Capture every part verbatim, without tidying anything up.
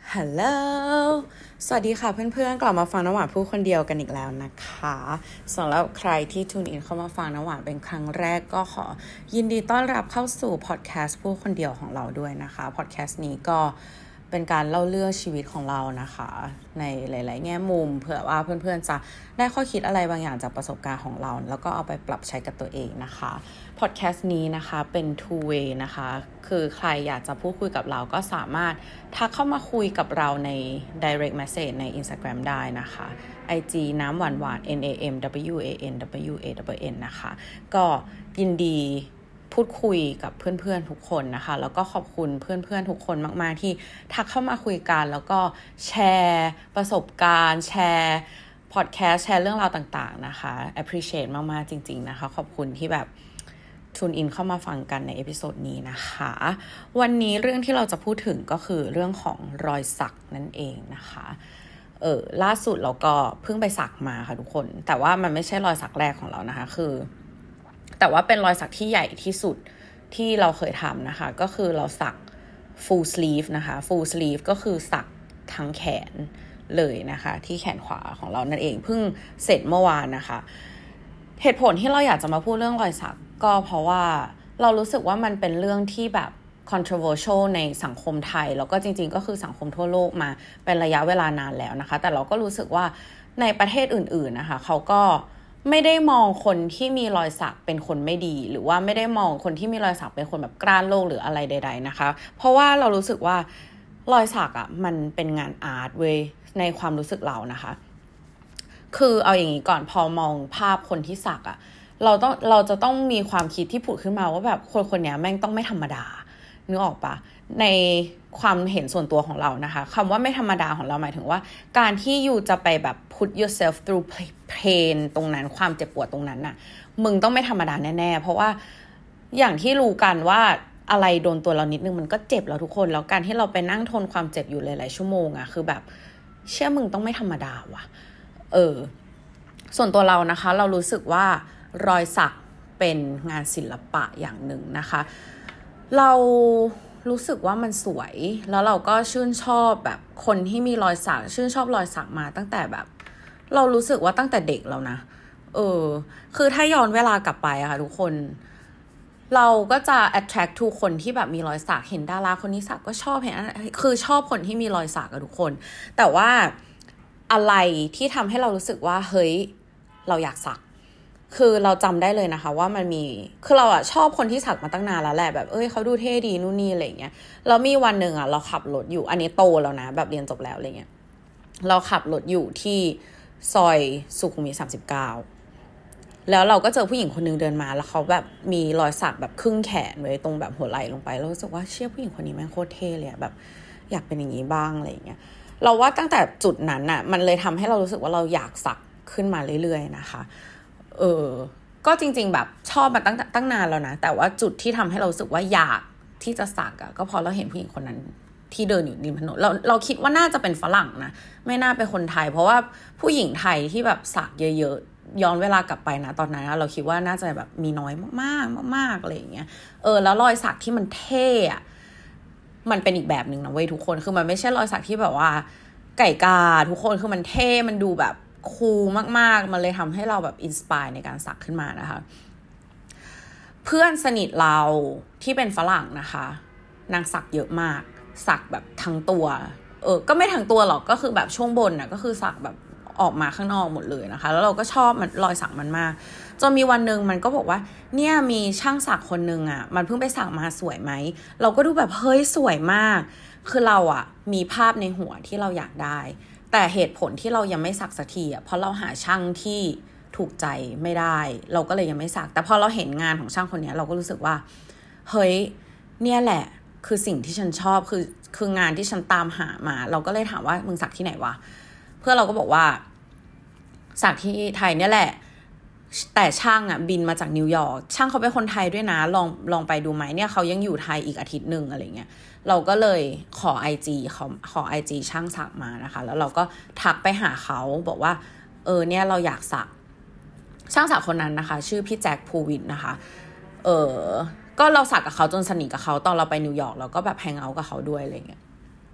ฮัลโหลสวัสดีค่ะเพื่อนๆกลับมาฟังน้ำหวานพูดคนเดียวกันอีกแล้วนะคะสำหรับใครที่ทูนอินเข้ามาฟังน้ำหวานเป็นครั้งแรกก็ขอยินดีต้อนรับเข้าสู่พอดแคสต์พูดคนเดียวของเราด้วยนะคะพอดแคสต์นี้ก็เป็นการเล่าเรื่องชีวิตของเรานะคะในหลายๆแง่มุมเผื่อว่าเพื่อนๆจะได้ข้อคิดอะไรบางอย่างจากประสบการณ์ของเราแล้วก็เอาไปปรับใช้กับตัวเองนะคะพอดแคสต์นี้นะคะเป็น two way นะคะคือใครอยากจะพูดคุยกับเราก็สามารถทักเข้ามาคุยกับเราใน direct message ใน Instagram ได้นะคะ ไอ จี น้ำหวานหวาน N A M W A N W A N N นะคะก็ยินดีพูดคุยกับเพื่อนๆทุกคนนะคะแล้วก็ขอบคุณเพื่อนๆทุกคนมากๆที่ทักเข้ามาคุยกันแล้วก็แชร์ประสบการณ์แชร์พอดแคสต์แชร์เรื่องราวต่างๆนะคะ appreciate มากๆจริงๆนะคะขอบคุณที่แบบทูนอินเข้ามาฟังกันในเอพิโซดนี้นะคะวันนี้เรื่องที่เราจะพูดถึงก็คือเรื่องของรอยสักนั่นเองนะคะเออล่าสุดเราก็เพิ่งไปสักมาค่ะทุกคนแต่ว่ามันไม่ใช่รอยสักแรกของเรานะคะคือแต่ว่าเป็นรอยสักที่ใหญ่ที่สุดที่เราเคยทำนะคะก็คือเราสัก full sleeve นะคะ full sleeve ก็คือสักทั้งแขนเลยนะคะที่แขนขวาของเรานั่นเองเพิ่งเสร็จเมื่อวานนะคะเหตุผลที่เราอยากจะมาพูดเรื่องรอยสักก็เพราะว่าเรารู้สึกว่ามันเป็นเรื่องที่แบบ controversial ในสังคมไทยแล้วก็จริงๆก็คือสังคมทั่วโลกมาเป็นระยะเวลานานแล้วนะคะแต่เราก็รู้สึกว่าในประเทศอื่นๆนะคะเขาก็ไม่ได้มองคนที่มีรอยสักเป็นคนไม่ดีหรือว่าไม่ได้มองคนที่มีรอยสักเป็นคนแบบกล้าโลกหรืออะไรใดๆนะคะเพราะว่าเรารู้สึกว่ารอยสักอ่ะมันเป็นงานอาร์ตเว้ยในความรู้สึกเรานะคะคือเอาอย่างนี้ก่อนพอมองภาพคนที่สักอ่ะเราต้องเราจะต้องมีความคิดที่ผุดขึ้นมาว่าแบบคนคนนี้แม่งต้องไม่ธรรมดานึกออกปะในความเห็นส่วนตัวของเรานะคะคำว่าไม่ธรรมดาของเราหมายถึงว่าการที่อยู่จะไปแบบ put yourself through pain ตรงนั้นความเจ็บปวดตรงนั้นน่ะมึงต้องไม่ธรรมดาแน่ๆเพราะว่าอย่างที่รู้กันว่าอะไรโดนตัวเรานิดนึงมันก็เจ็บแล้วทุกคนแล้วการที่เราไปนั่งทนความเจ็บอยู่หลายๆชั่วโมงอะคือแบบเชื่อมึงต้องไม่ธรรมดาว่ะเออส่วนตัวเรานะคะเรารู้สึกว่ารอยสักเป็นงานศิลปะอย่างหนึ่งนะคะเรารู้สึกว่ามันสวยแล้วเราก็ชื่นชอบแบบคนที่มีรอยสักชื่นชอบรอยสักมาตั้งแต่แบบเรารู้สึกว่าตั้งแต่เด็กแล้วนะเออคือถ้าย้อนเวลากลับไปอะค่ะทุกคนเราก็จะ attract to คนที่แบบมีรอยสักเห็นดาราคนนี้สักก็ชอบเห็นคือชอบคนที่มีรอยสักอะทุกคนแต่ว่าอะไรที่ทำให้เรารู้สึกว่าเฮ้ยเราอยากสักคือเราจำได้เลยนะคะว่ามันมีคือเราอะชอบคนที่สักมาตั้งนานแล้วแหละแบบเอ้ยเขาดูเท่ดีนู่นนี่อะไรเงี้ยแล้วมีวันหนึ่งอะเราขับรถอยู่อันนี้โตแล้วนะแบบเรียนจบแล้วอะไรเงี้ยเราขับรถอยู่ที่ซอยสุขุมวิทสามสิบเก้าแล้วเราก็เจอผู้หญิงคนนึงเดินมาแล้วเขาแบบมีรอยสักแบบครึ่งแขนไว้ตรงแบบหัวไหล่ลงไปเรารู้สึกว่าเชี่ยผู้หญิงคนนี้แม่งโคตรเท่เลยแบบอยากเป็นอย่างนี้บ้างอะไรเงี้ยเราว่าตั้งแต่จุดนั้นอะมันเลยทำให้เรารู้สึกว่าเราอยากสักขึ้นมาเรื่อยๆนะคะเออก็จริงๆแบบชอบมาตั้งตั้งนานแล้วนะแต่ว่าจุดที่ทำให้เรารู้สึกว่าอยากที่จะสักอะก็เพราะเราเห็นผู้หญิงคนนั้นที่เดินอยู่ริมถนนเราเราคิดว่าน่าจะเป็นฝรั่งนะไม่น่าเป็นคนไทยเพราะว่าผู้หญิงไทยที่แบบสักเยอะๆย้อนเวลากลับไปนะตอนนั้นเราคิดว่าน่าจะแบบมีน้อยมากๆมากๆอะไรอย่างเงี้ยเออแล้วรอยสักที่มันเท่อะมันเป็นอีกแบบนึงนะเว้ยทุกคนคือมันไม่ใช่รอยสักที่แบบว่าไก่กาทุกคนคือมันเท่มันดูแบบคูลมากๆมันเลยทำให้เราแบบอินสไปร์ในการสักขึ้นมานะคะเพื่อนสนิทเราที่เป็นฝรั่งนะคะนางสักเยอะมากสักแบบทั้งตัวเออก็ไม่ทั้งตัวหรอกก็คือแบบช่วงบนน่ะก็คือสักแบบออกมาข้างนอกหมดเลยนะคะแล้วเราก็ชอบมันรอยสักมันมากจนมีวันนึงมันก็บอกว่าเนี่ยมีช่างสักคนนึงอ่ะมันเพิ่งไปสักมาสวยไหมเราก็ดูแบบเฮ้ยสวยมากคือเราอ่ะมีภาพในหัวที่เราอยากได้แต่เหตุผลที่เรายังไม่สักสักทีอ่ะเพราะเราหาช่างที่ถูกใจไม่ได้เราก็เลยยังไม่สักแต่พอเราเห็นงานของช่างคนนี้เราก็รู้สึกว่าเฮ้ยเนี่ยแหละคือสิ่งที่ฉันชอบคือคืองานที่ฉันตามหามาเราก็เลยถามว่ามึงสักที่ไหนวะเพื่อนเราก็บอกว่าสักที่ไทยเนี่ยแหละแต่ช่างอ่ะบินมาจากนิวยอร์กช่างเขาเป็นคนไทยด้วยนะลองลองไปดูไหมเนี่ยเขายังอยู่ไทยอีกอาทิตย์นึงอะไรเงี้ยเราก็เลยขอ ไอ จี เขาขอ ไอ จี ช่างสักมานะคะแล้วเราก็ทักไปหาเขาบอกว่าเออเนี่ยเราอยากสักช่างสักคนนั้นนะคะชื่อพี่แจ็คภูวินนะคะเออก็เราสักกับเขาจนสนิทกับเขาตอนเราไปนิวยอร์กเราก็แบบแฮงเอาท์กับเขาด้วยอะไรเงี้ย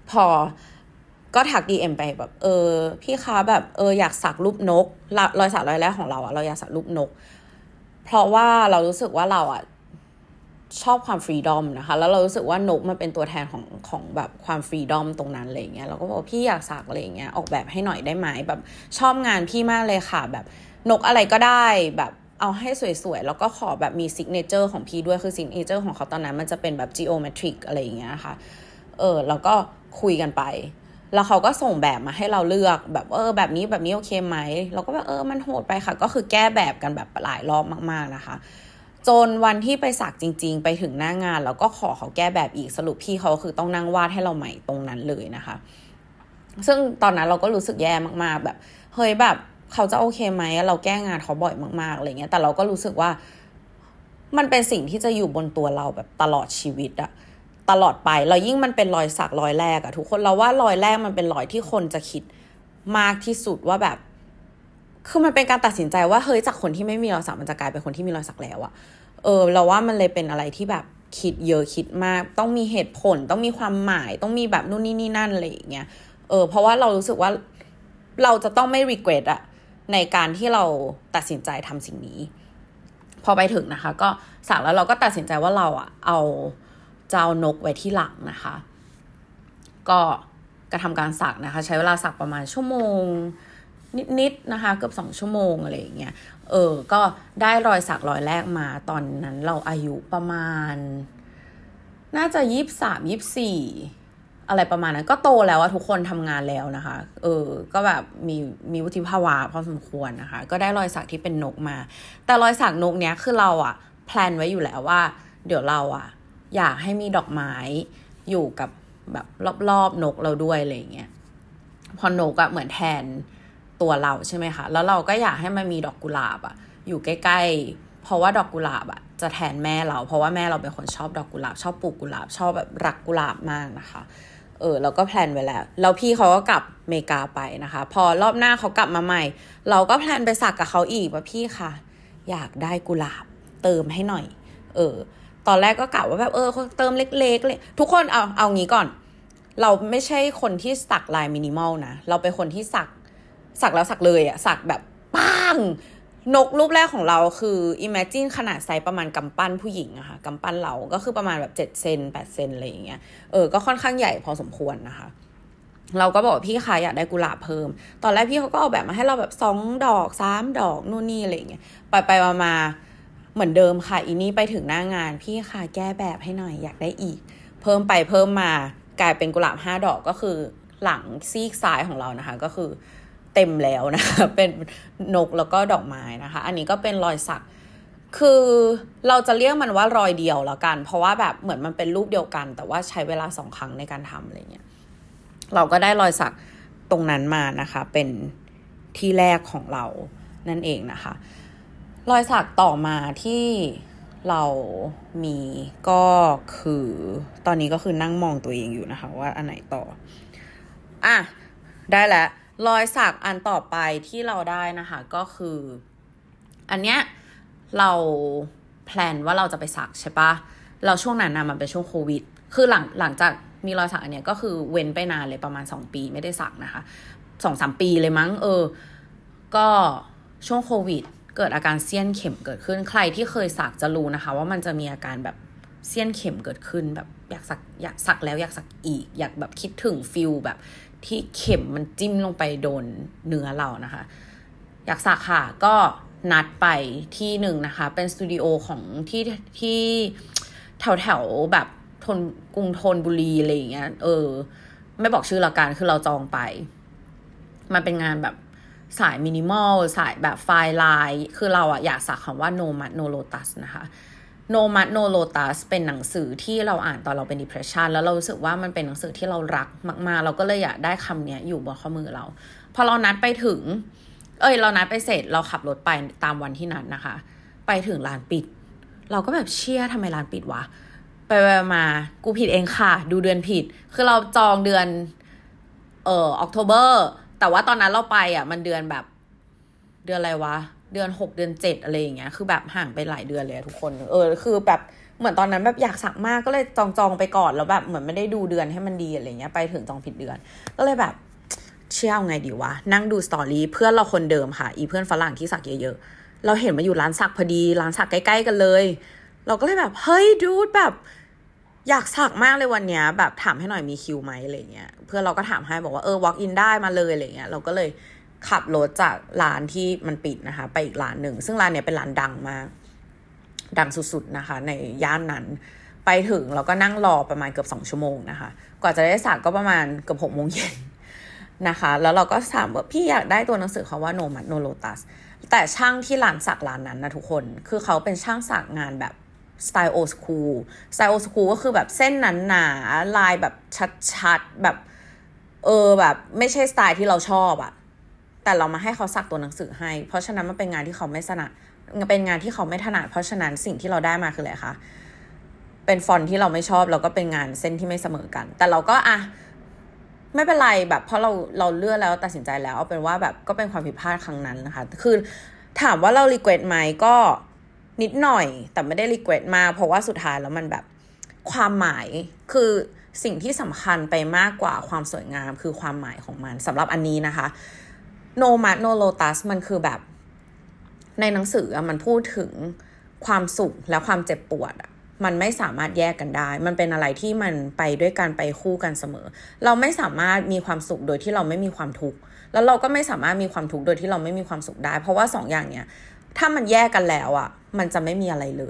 พอก็ทัก ดี เอ็ม ไปแบบเออพี่คะแบบเอออยากสักรูปนกรอยสักรอยแรกของเราอะเราอยากสักรูปนกเพราะว่าเรารู้สึกว่าเราอะชอบความฟรีดอมนะคะแล้วเรารู้สึกว่านกมันเป็นตัวแทนของของแบบความฟรีดอมตรงนั้นอะไรเงี้ยเราก็บอกพี่อยากสักอะไรเงี้ยออกแบบให้หน่อยได้ไหมแบบชอบงานพี่มากเลยค่ะแบบนกอะไรก็ได้แบบเอาให้สวยๆแล้วก็ขอแบบมีซิกเนเจอร์ของพี่ด้วยคือซิกเนเจอร์ของเขาตอนนั้นมันจะเป็นแบบ geometric อะไรอย่างเงี้ยค่ะเออแล้วก็คุยกันไปแล้วเขาก็ส่งแบบมาให้เราเลือกแบบเออแบบนี้แบบนี้โอเคไหมเราก็แบบเออมันโหดไปค่ะก็คือแก้แบบกันแบบหลายรอบมากๆนะคะจนวันที่ไปสักจริงๆไปถึงหน้างานแล้วก็ขอเขาแก้แบบอีกสรุปพี่เขาคือต้องนั่งวาดให้เราใหม่ตรงนั้นเลยนะคะซึ่งตอนนั้นเราก็รู้สึกแย่มากๆแบบเฮ้ยแบบเขาจะโอเคไหมเราแก้งานเขาบ่อยมากๆอะไรเงี้ยแต่เราก็รู้สึกว่ามันเป็นสิ่งที่จะอยู่บนตัวเราแบบตลอดชีวิตอะตลอดไปแล้วยิ่งมันเป็นรอยสักรอยแรกอะทุกคนเราว่ารอยแรกมันเป็นรอยที่คนจะคิดมากที่สุดว่าแบบคือมันเป็นการตัดสินใจว่าเฮ้ยจากคนที่ไม่มีรอยสักมันจะกลายเป็นคนที่มีรอยสักแล้วอะเออเราว่ามันเลยเป็นอะไรที่แบบคิดเยอะคิดมากต้องมีเหตุผลต้องมีความหมายต้องมีแบบนู่นนี่นี่นั่นอะไรอย่างเงี้ยเออเพราะว่าเรารู้สึกว่าเราจะต้องไม่ regret อะในการที่เราตัดสินใจทำสิ่งนี้พอไปถึงนะคะก็สักแล้วเราก็ตัดสินใจว่าเราอะเอาจะเอานกไว้ที่หลังนะคะก็กระทำการสักนะคะใช้เวลาสักประมาณชั่วโมงนิดๆนะคะเกือบสองชั่วโมงอะไรอย่างเงี้ยเออก็ได้รอยสักรอยแรกมาตอนนั้นเราอายุประมาณน่าจะยี่สิบสาม ยี่สิบสี่อะไรประมาณนั้นก็โตแล้วอะทุกคนทำงานแล้วนะคะเออก็แบบมีมีวุฒิภาวะพอสมควรนะคะก็ได้รอยสักที่เป็นนกมาแต่รอยสักนกเนี้ยคือเราอะแพลนไว้อยู่แล้วว่าเดี๋ยวเราอะอยากให้มีดอกไม้อยู่กับแบบรอบๆนกเราด้วยอะไรเงี้ยพอนกอะเหมือนแทนตัวเราใช่ไหมคะแล้วเราก็อยากให้มันมีดอกกุหลาบอะอยู่ใกล้ๆเพราะว่าดอกกุหลาบอะจะแทนแม่เราเพราะว่าแม่เราเป็นคนชอบดอกกุหลาบชอบปลูกกุหลาบชอบแบบรักกุหลาบมากนะคะเออเราก็แพลนไว้แล้วแล้วพี่เขาก็กลับอเมริกาไปนะคะพอรอบหน้าเขากลับมาใหม่เราก็แพลนไปสักกับเขาอีกว่าพี่ค่ะอยากได้กุหลาบเติมให้หน่อยเออตอนแรกก็กะว่าแบบเออเติมเล็กๆเลยทุกคนเอาเอางี้ก่อนเราไม่ใช่คนที่สักลายมินิมอลนะเราเป็นคนที่สักสักแล้วสักเลยอะสักแบบปังนกรูปแรกของเราคือ imagine ขนาดไซส์ประมาณกำปั้นผู้หญิงอะค่ะกำปั้นเราก็คือประมาณแบบเจ็ดเซนแปดเซนอะไรอย่างเงี้ยเออก็ค่อนข้างใหญ่พอสมควรนะคะเราก็บอกพี่คะอยากได้กุหลาบเพิ่มตอนแรกพี่เขาก็เอาแบบมาให้เราแบบสองดอกสามดอกนู่นนี่อะไรอย่างเงี้ยไปไปมาเหมือนเดิมค่ะอีนี่ไปถึงหน้างานพี่คะแก้แบบให้หน่อยอยากได้อีกเพิ่มไปเพิ่มมากลายเป็นกุหลาบห้าดอกก็คือหลังซีกซ้ายของเรานะคะก็คือเต็มแล้วนะคะเป็นนกแล้วก็ดอกไม้นะคะอันนี้ก็เป็นรอยสักคือเราจะเรียกมันว่ารอยเดียวแล้วกันเพราะว่าแบบเหมือนมันเป็นรูปเดียวกันแต่ว่าใช้เวลาสองครั้งในการทำอะไรเงี้ยเราก็ได้รอยสักตรงนั้นมานะคะเป็นที่แรกของเรานั่นเองนะคะรอยสักต่อมาที่เรามีก็คือตอนนี้ก็คือนั่งมองตัวเองอยู่นะคะว่าอันไหนต่ออ่ะได้แล้วรอยสักอันต่อไปที่เราได้นะคะก็คืออันเนี้ยเราแพลนว่าเราจะไปสักใช่ปะเราช่วงนั้นนะมันเป็นช่วงโควิดคือหลังหลังจากมีรอยสักอันเนี้ยก็คือเว้นไปนานเลยประมาณสองปีไม่ได้สักนะคะ สองสามปีเลยมั้งเออก็ช่วงโควิดเกิดอาการเสี้ยนเข็มเกิดขึ้นใครที่เคยสักจะรู้นะคะว่ามันจะมีอาการแบบเสี้ยนเข็มเกิดขึ้นแบบอยากสักอยากสักแล้วอยากสักอีกอยากแบบคิดถึงฟิลแบบที่เข็มมันจิ้มลงไปโดนเนื้อเรานะคะอยากสักค่ะก็นัดไปที่หนึ่งนะคะเป็นสตูดิโอของที่ที่แถวแถวแบบทนกรุงธนบุรีอะไรอย่างเงี้ยเออไม่บอกชื่อละกันคือเราจองไปมันเป็นงานแบบสายมินิมอลสายแบบไฟล์ไลน์คือเราอะอยากสักคำว่า no mud no lotus นะคะ no mud no lotus เป็นหนังสือที่เราอ่านตอนเราเป็น depression แล้วเรารู้สึกว่ามันเป็นหนังสือที่เรารักมากๆเราก็เลยอยากได้คำนี้อยู่บนข้อมือเราพอเรานัดไปถึงเอ้ยเรานัดไปเสร็จเราขับรถไปตามวันที่นัดนะคะไปถึงร้านปิดเราก็แบบเชี่ยทำไมร้านปิดวะไปๆมากูผิดเองค่ะดูเดือนผิดคือเราจองเดือนเอ่อออกโทเบอร์แต่ว่าตอนนั้นเราไปอ่ะมันเดือนแบบเดือนอะไรวะเดือนหกเดือนเจ็ดอะไรอย่างเงี้ยคือแบบห่างไปหลายเดือนเลยทุกคนเออคือแบบเหมือนตอนนั้นแบบอยากสักมากก็เลยจองจองไปก่อนแล้วแบบเหมือนไม่ได้ดูเดือนให้มันดีอะไรเงี้ยไปถึงจองผิดเดือนก็เลยแบบเชื่อเอาไงดีวะนั่งดูสตอรี่เพื่อนเราคนเดิมค่ะอีเพื่อนฝรั่งที่สักเยอะๆเราเห็นมาอยู่ร้านสักพอดีร้านสักใกล้ๆกันเลยเราก็เลยแบบเฮ้ยดูดแบบอยากสักมากเลยวันเนี้ยแบบถามให้หน่อยมีคิวไหมอะไรเงี้ยเพื่อนเราก็ถามให้บอกว่าเออ walk in ได้มาเลยอะไรเงี้ยเราก็เลยขับรถจากร้านที่มันปิดนะคะไปอีกร้านหนึ่งซึ่งร้านเนี้ยเป็นร้านดังมากดังสุดๆนะคะในย่านนั้นไปถึงเราก็นั่งรอประมาณเกือบสองชั่วโมงนะคะกว่าจะได้สักก็ประมาณเกือบหกโมงเย็นนะคะแล้วเราก็ถามว่าพี่อยากได้ตัวหนังสือเขาว่า No Mat No Lotus แต่ช่างที่ร้านสักร้านนั้นนะทุกคนคือเขาเป็นช่างสักงานแบบสไตล์โอสคูลสไตล์โอสคูลก็คือแบบเส้นหนาๆลายแบบชัดๆแบบเออแบบไม่ใช่สไตล์ที่เราชอบอะแต่เรามาให้เขาสักตัวหนังสือให้เพราะฉะนั้นมันเป็นงานที่เขาไม่ถนัดเป็นงานที่เขาไม่ถนัดเพราะฉะนั้นสิ่งที่เราได้มาคืออะไรคะเป็นฟอนต์ที่เราไม่ชอบแล้วก็เป็นงานเส้นที่ไม่เสมอกันแต่เราก็อะไม่เป็นไรแบบเพราะเราเราเลือกแล้วตัดสินใจแล้วเอาเป็นว่าแบบก็เป็นความผิดพลาดครั้งนั้นนะคะคือถามว่าเรารีเควสไหมก็นิดหน่อยแต่ไม่ได้รีเควสมากเพราะว่าสุดท้ายแล้วมันแบบความหมายคือสิ่งที่สำคัญไปมากกว่าความสวยงามคือความหมายของมันสำหรับอันนี้นะคะ No Mat No Lotus มันคือแบบในหนังสือมันพูดถึงความสุขและความเจ็บปวดอะมันไม่สามารถแยกกันได้มันเป็นอะไรที่มันไปด้วยกันไปคู่กันเสมอเราไม่สามารถมีความสุขโดยที่เราไม่มีความทุกข์แล้วเราก็ไม่สามารถมีความทุกข์โดยที่เราไม่มีความสุขได้เพราะว่าสองอย่างเนี้ยถ้ามันแยกกันแล้วอะมันจะไม่มีอะไรเลย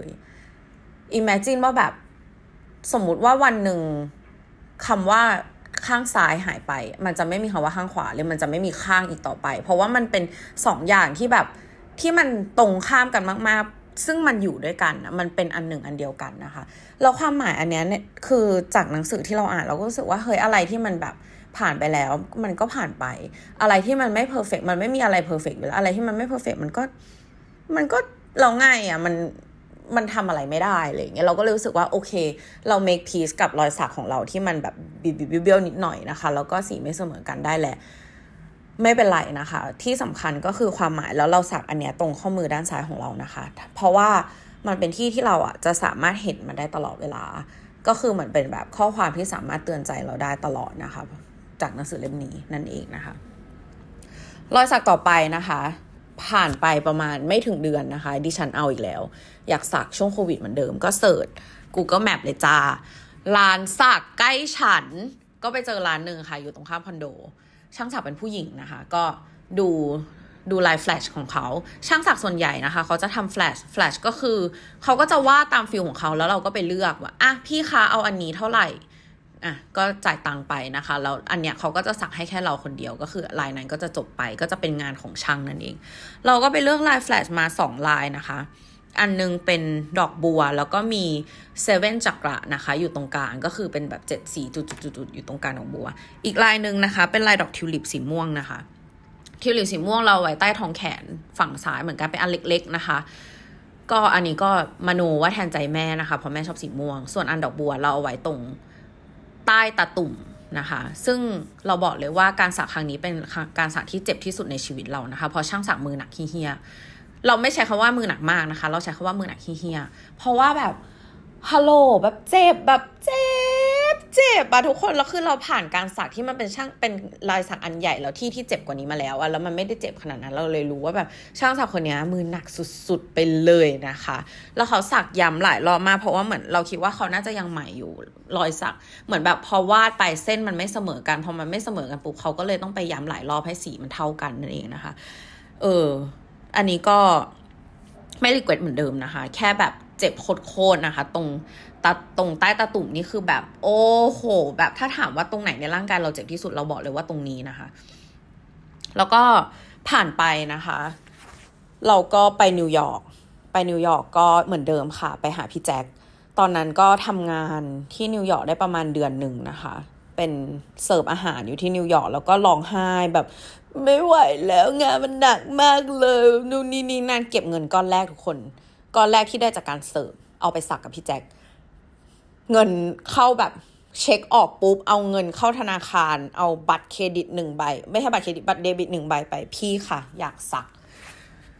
Imagine ว่าแบบสมมุติว่าวันหนึ่งคำว่าข้างซ้ายหายไปมันจะไม่มีคำว่าข้างขวาหรือมันจะไม่มีข้างอีกต่อไปเพราะว่ามันเป็นสองอย่างที่แบบที่มันตรงข้ามกันมากๆซึ่งมันอยู่ด้วยกันมันเป็นอันหนึ่งอันเดียวกันนะคะแล้วความหมายอันเนี้ยเนี่ยคือจากหนังสือที่เราอ่านเราก็รู้สึกว่าเฮ้ยอะไรที่มันแบบผ่านไปแล้วมันก็ผ่านไปอะไรที่มันไม่เพอร์เฟกต์มันไม่มีอะไรเพอร์เฟกต์อยู่แล้วอะไรที่มันไม่เพอร์เฟกต์มันก็มันก็เราง่ายอ่ะมันมันทำอะไรไม่ได้อะไรอย่างเงี้ยเราก็เลยรู้สึกว่าโอเคเรา make peace กับรอยสักของเราที่มันแบบบิบๆเบี้ยวๆนิดหน่อยนะคะแล้วก็สีไม่เสมอกันได้แหละไม่เป็นไรนะคะที่สำคัญก็คือความหมายแล้วเราสักอันเนี้ยตรงข้อมือด้านซ้ายของเรานะคะเพราะว่ามันเป็นที่ที่เราอ่ะจะสามารถเห็นมันได้ตลอดเวลาก็คือเหมือนเป็นแบบข้อความที่สามารถเตือนใจเราได้ตลอดนะคะจากหนังสือเล่มนี้นั่นเองนะคะรอยสักต่อไปนะคะผ่านไปประมาณไม่ถึงเดือนนะคะดิฉันเอาอีกแล้วอยากสักช่วงโควิดเหมือนเดิมก็เสิร์ช Google Map เลยจ้าร้านสักใกล้ฉันก็ไปเจอร้านนึงค่ะอยู่ตรงข้ามคอนโดช่างสักเป็นผู้หญิงนะคะก็ดูดูลายแฟลชของเขาช่างสักส่วนใหญ่นะคะเขาจะทำแฟลชแฟลชก็คือเขาก็จะวาดตามฟิลของเขาแล้วเราก็ไปเลือกว่าอ่ะพี่คะเอาอันนี้เท่าไหร่อ่ะก็จ่ายตังค์ไปนะคะแล้วอันเนี้ยเขาก็จะสักให้แค่เราคนเดียวก็คือลายนั้นก็จะจบไปก็จะเป็นงานของช่างนั่นเองเราก็ไปเลือกลายแฟลชมาสองลายนะคะอันนึงเป็นดอกบัวแล้วก็มีเซเว่นจักระนะคะอยู่ตรงกลางก็คือเป็นแบบเจ็ดสีจุดๆๆอยู่ตรงกลางดอกบัวอีกลายนึงนะคะเป็นลายดอกทิวลิปสีม่วงนะคะทิวลิปสีม่วงเราไว้ใต้ท้องแขนฝั่งซ้ายเหมือนกันเป็นอันเล็กๆนะคะก็อันนี้ก็มโนว่าแทนใจแม่นะคะเพราะแม่ชอบสีม่วงส่วนอันดอกบัวเราเอาไว้ตรงใต้ตาตุ่มนะคะซึ่งเราบอกเลยว่าการสักครั้งนี้เป็นการสักที่เจ็บที่สุดในชีวิตเรานะคะเพราะช่างสักมือหนักขี้เหี้ยเราไม่ใช้คำว่ามือหนักมากนะคะเราใช้คำว่ามือหนักขี้เหี้ยเพราะว่าแบบฮัลโหลแบบเจ็บแบบเจ็บเจ็บอะทุกคนแล้วคือเราผ่านการสักที่มันเป็นช่างเป็นลายสักอันใหญ่แล้วที่ที่เจ็บกว่านี้มาแล้วอะแล้วมันไม่ได้เจ็บขนาดนั้นเราเลยรู้ว่าแบบช่างสักคนนี้มือหนักสุดๆไปเลยนะคะแล้วเขาสักย้ำหลายรอบมากเพราะว่าเหมือนเราคิดว่าเขาน่าจะยังใหม่อยู่รอยสักเหมือนแบบพอวาดไปเส้นมันไม่เสมอกันพอมันไม่เสมอกันปุ๊บเขาก็เลยต้องไปย้ำหลายรอบให้สีมันเท่ากันนั่นเองนะคะเอออันนี้ก็ไม่รีเควสเหมือนเดิมนะคะแค่แบบเจ็บโคตรๆนะคะตรงตาตรงใต้ตาตุ่มนี่คือแบบโอ้โหแบบถ้าถามว่าตรงไหนในร่างกายเราเจ็บที่สุดเราบอกเลยว่าตรงนี้นะคะแล้วก็ผ่านไปนะคะเราก็ไปนิวยอร์กไปนิวยอร์กก็เหมือนเดิมค่ะไปหาพี่แจ็คตอนนั้นก็ทำงานที่นิวยอร์กได้ประมาณเดือนหนึ่งนะคะเป็นเสิร์ฟอาหารอยู่ที่นิวยอร์กแล้วก็ร้องไห้แบบไม่ไหวแล้วงานมันหนักมากเลยนู่นนี่นี่นั่นเก็บเงินก้อนแรกทุกคนก้อนแรกที่ได้จากการเสิร์ฟเอาไปสักกับพี่แจ็คเงินเข้าแบบเช็คออกปุ๊บเอาเงินเข้าธนาคารเอาบัตรเครดิตหนึ่งใบไม่ใช่บัตรเครดิตบัตรเดบิตหนึ่งใบไปพี่ค่ะอยากสัก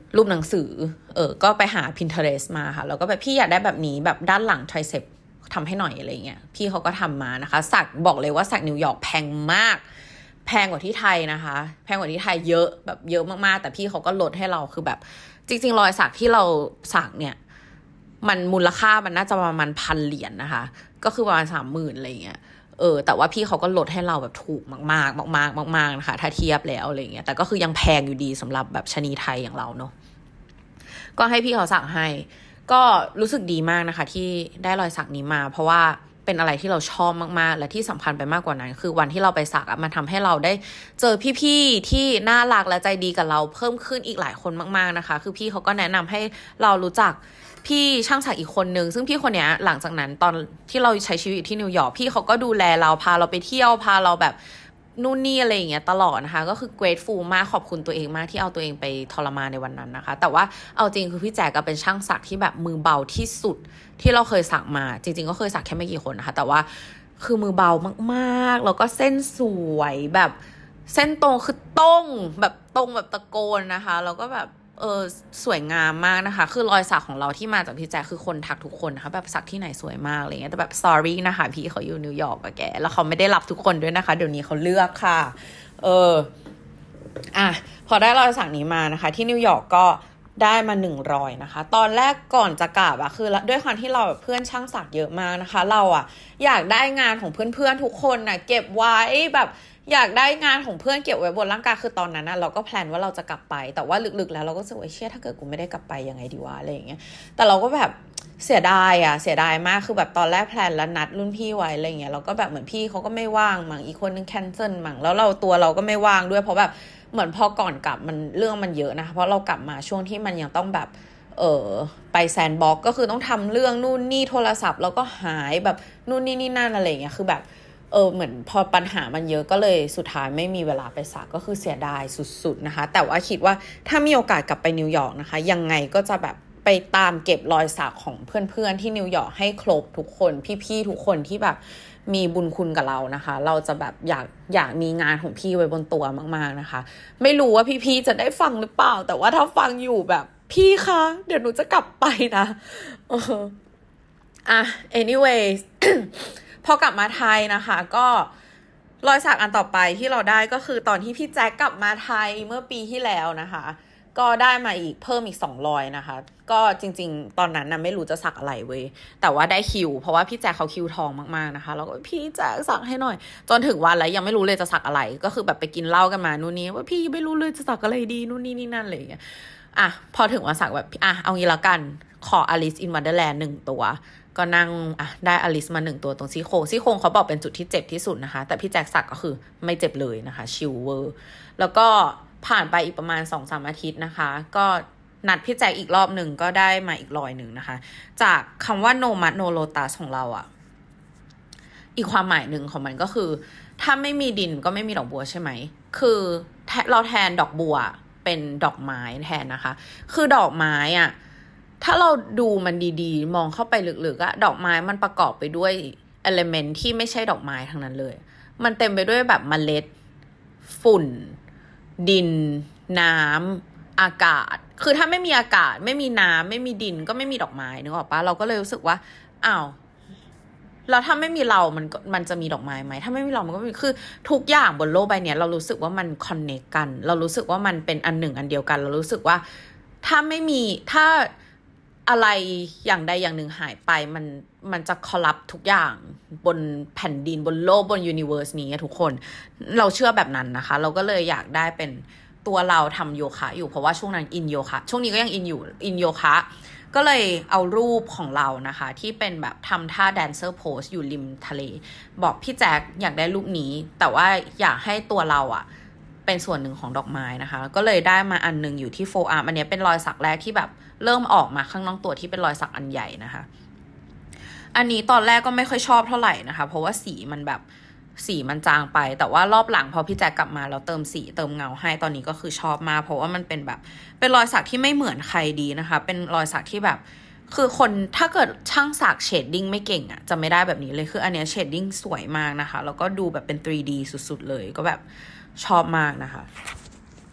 รูปหนังสือเออก็ไปหา Pinterest มาค่ะแล้วก็แบบพี่อยากได้แบบนี้แบบด้านหลัง tricep ทำให้หน่อยอะไรเงี้ยพี่เขาก็ทำมานะคะสักบอกเลยว่าสักนิวยอร์กแพงมากแพงกว่าที่ไทยนะคะแพงกว่าที่ไทยเยอะแบบเยอะมากๆแต่พี่เขาก็ลดให้เราคือแบบจริงๆรอยสักที่เราสักเนี่ยมันมูลค่ามันน่าจะประมาณพันเหรียญ นะคะก็คือประมาณสามหมื่นอะไรเงี้ยเออแต่ว่าพี่เขาก็ลดให้เราแบบถูกมากๆมากๆมากๆนะคะถ้าเทียบแล้วอะไรเงี้ยแต่ก็คือยังแพงอยู่ดีสำหรับแบบชะนีไทยอย่างเราเนาะก็ให้พี่เขาสักให้ก็รู้สึกดีมากนะคะที่ได้รอยสักนี้มาเพราะว่าเป็นอะไรที่เราชอบมากๆและที่สำคัญไปมากกว่านั้นคือวันที่เราไปสักมันทำให้เราได้เจอพี่ๆที่น่ารักและใจดีกับเราเพิ่มขึ้นอีกหลายคนมากๆนะคะคือพี่เขาก็แนะนำให้เรารู้จักพี่ช่างสักอีกคนนึงซึ่งพี่คนเนี้ยหลังจากนั้นตอนที่เราใช้ชีวิตอยู่ที่นิวยอร์กพี่เขาก็ดูแลเราพาเราไปเที่ยวพาเราแบบนู่นนี่อะไรอย่างเงี้ยตลอดนะคะก็คือ grateful มากขอบคุณตัวเองมากที่เอาตัวเองไปทรมานในวันนั้นนะคะแต่ว่าเอาจริงคือพี่แจ๊กก็เป็นช่างสักที่แบบมือเบาที่สุดที่เราเคยสักมาจริงๆก็เคยสักแค่ไม่กี่คนนะคะแต่ว่าคือมือเบามากๆแล้วก็เส้นสวยแบบเส้นตรงคือตรงแบบตรงแบบตะโกนนะคะแล้วก็แบบเออสวยงามมากนะคะคือรอยสักของเราที่มาจากพี่แจ๊คคือคนทักทุกคนนะคะแบบสักที่ไหนสวยมากอะไรเงี้ยแต่แบบ sorry นะคะพี่เขาอยู่นิวยอร์กอะแกแล้วเขาไม่ได้รับทุกคนด้วยนะคะเดี๋ยวนี้เขาเลือกค่ะเอออ่ะพอได้รอยสักนี้มานะคะที่นิวยอร์กก็ได้มาหนึ่งรอยนะคะตอนแรกก่อนจะกลับอะคือด้วยความที่เราแบบเพื่อนช่างสักเยอะมากนะคะเราอะอยากได้งานของเพื่อนๆทุกคนนะเก็บไว้แบบอยากได้งานของเพื่อนเก็บไว้บนร่างกายคือตอนนั้นนะเราก็แพลนว่าเราจะกลับไปแต่ว่าลึกๆแล้วเราก็รู้สึกว่าเชี่ยถ้าเกิดกูไม่ได้กลับไปยังไงดีวะอะไรอย่างเงี้ยแต่เราก็แบบเสียดายอะเสียดายมากคือแบบตอนแรกแพลนแล้วนัดรุ่นพี่ไว้อะไรเงี้ยเราก็แบบเหมือนพี่เขาก็ไม่ว่างมั้งอีกคนนึงแคนเซิลมั้งแล้วเราตัวเราก็ไม่ว่างด้วยเพราะแบบเหมือนพอก่อนกลับมันเรื่องมันเยอะนะคะเพราะเรากลับมาช่วงที่มันยังต้องแบบเออไปแซนด์บ็อกซ์ก็คือต้องทำเรื่องนู่นนี่โทรศัพท์แล้วก็หายแบบนู่นนี่นี่นั่นอะไรเงี้ยคือแบบเออเหมือนพอปัญหามันเยอะก็เลยสุดท้ายไม่มีเวลาไปสักก็คือเสียดายสุดๆนะคะแต่ว่าคิดว่าถ้ามีโอกาสกลับไปนิวยอร์กนะคะยังไงก็จะแบบไปตามเก็บรอยสักของเพื่อนๆที่นิวยอร์กให้ครบทุกคนพี่ๆทุกคนที่แบบมีบุญคุณกับเรานะคะเราจะแบบอยากอยากมีงานของพี่ไว้บนตัวมากๆนะคะไม่รู้ว่าพี่ๆจะได้ฟังหรือเปล่าแต่ว่าถ้าฟังอยู่แบบพี่คะเดี๋ยวหนูจะกลับไปนะเอออ่ะ anyways พอกลับมาไทยนะคะก็รอยสักอันต่อไปที่เราได้ก็คือตอนที่พี่แจ็คกลับมาไทยเมื่อปีที่แล้วนะคะก็ได้มาอีกเพิ่มอีกสองรอยนะคะก็จริงๆตอนนั้นน่ะไม่รู้จะสักอะไรเว้ยแต่ว่าได้คิวเพราะว่าพี่แจ็คเขาคิวทองมากๆนะคะแล้วก็พี่แจ็คสักให้หน่อยจนถึงวันแล้วยังไม่รู้เลยจะสักอะไรก็คือแบบไปกินเหล้ากันมานู่นนี่ว่าพี่ไม่รู้เลยจะสักอะไรดีนู่นนี่นี่นั่นอะไรอย่างเงี้ยอ่ะพอถึงวันสักแบบอ่ะเอางี้ละกันขอ Alice in Wonderland หนึ่งตัวก็นั่งอ่ะได้อลิสมาหนึ่งตัวตรงซี่โครงซี่โครงเขาบอกเป็นจุดที่เจ็บที่สุดนะคะแต่พี่แจ็คสักก็คือไม่เจ็บเลยนะคะชิลเวอร์แล้วก็ผ่านไปอีกประมาณ สองถึงสาม อาทิตย์นะคะก็นัดพี่แจ็คอีกรอบหนึ่งก็ได้มาอีกรอยหนึ่งนะคะจากคำว่า no mud no lotus ของเราอ่ะอีกความหมายหนึ่งของมันก็คือถ้าไม่มีดินก็ไม่มีดอกบัวใช่ไหมคือเราแทนดอกบัวเป็นดอกไม้แทนนะคะคือดอกไม้อ่ะถ้าเราดูมันดีๆมองเข้าไปลึกๆอะดอกไม้มันประกอบไปด้วยเอลิเมนต์ที่ไม่ใช่ดอกไม้ทั้งนั้นเลยมันเต็มไปด้วยแบบเมล็ดฝุ่นดินน้ำอากาศคือถ้าไม่มีอากาศไม่มีน้ำไม่มีดินก็ไม่มีดอกไม้นึกออกปะเราก็เลยรู้สึกว่าอ้าวแล้วถ้าไม่มีเรามันมันจะมีดอกไม้ไหมถ้าไม่มีเรามันก็ไม่มีคือทุกอย่างบนโลกใบนี้เรารู้สึกว่ามันคอนเนคกันเรารู้สึกว่ามันเป็นอันหนึ่งอันเดียวกันเรารู้สึกว่าถ้าไม่มีถ้าอะไรอย่างใดอย่างหนึ่งหายไปมันมันจะคอลลัปทุกอย่างบนแผ่นดินบนโลกบนยูนิเวอร์สนี้ทุกคนเราเชื่อแบบนั้นนะคะเราก็เลยอยากได้เป็นตัวเราทำโยคะอยู่เพราะว่าช่วงนั้นอินโยคะช่วงนี้ก็ยังอินอยู่อินโยคะก็เลยเอารูปของเรานะคะที่เป็นแบบทำท่าแดนเซอร์โพสอยู่ริมทะเลบอกพี่แจ็คอยากได้รูปนี้แต่ว่าอยากให้ตัวเราอะเป็นส่วนหนึ่งของดอกไม้นะคะก็เลยได้มาอันนึงอยู่ที่โฟอาร์มอันนี้เป็นรอยสักแรกที่แบบเริ่มออกมาข้างนอกตัวที่เป็นรอยสักอันใหญ่นะคะอันนี้ตอนแรกก็ไม่ค่อยชอบเท่าไหร่นะคะเพราะว่าสีมันแบบสีมันจางไปแต่ว่ารอบหลังพอพี่แจ๊คกลับมาแล้วเติมสีเติมเงาให้ตอนนี้ก็คือชอบมากเพราะว่ามันเป็นแบบเป็นรอยสักที่ไม่เหมือนใครดีนะคะเป็นรอยสักที่แบบคือคนถ้าเกิดช่างสักเชดดิ้งไม่เก่งอ่ะจะไม่ได้แบบนี้เลยคืออันนี้เชดดิ้งสวยมากนะคะแล้วก็ดูแบบเป็น ทรี ดี สุดๆเลยก็แบบชอบมากนะคะ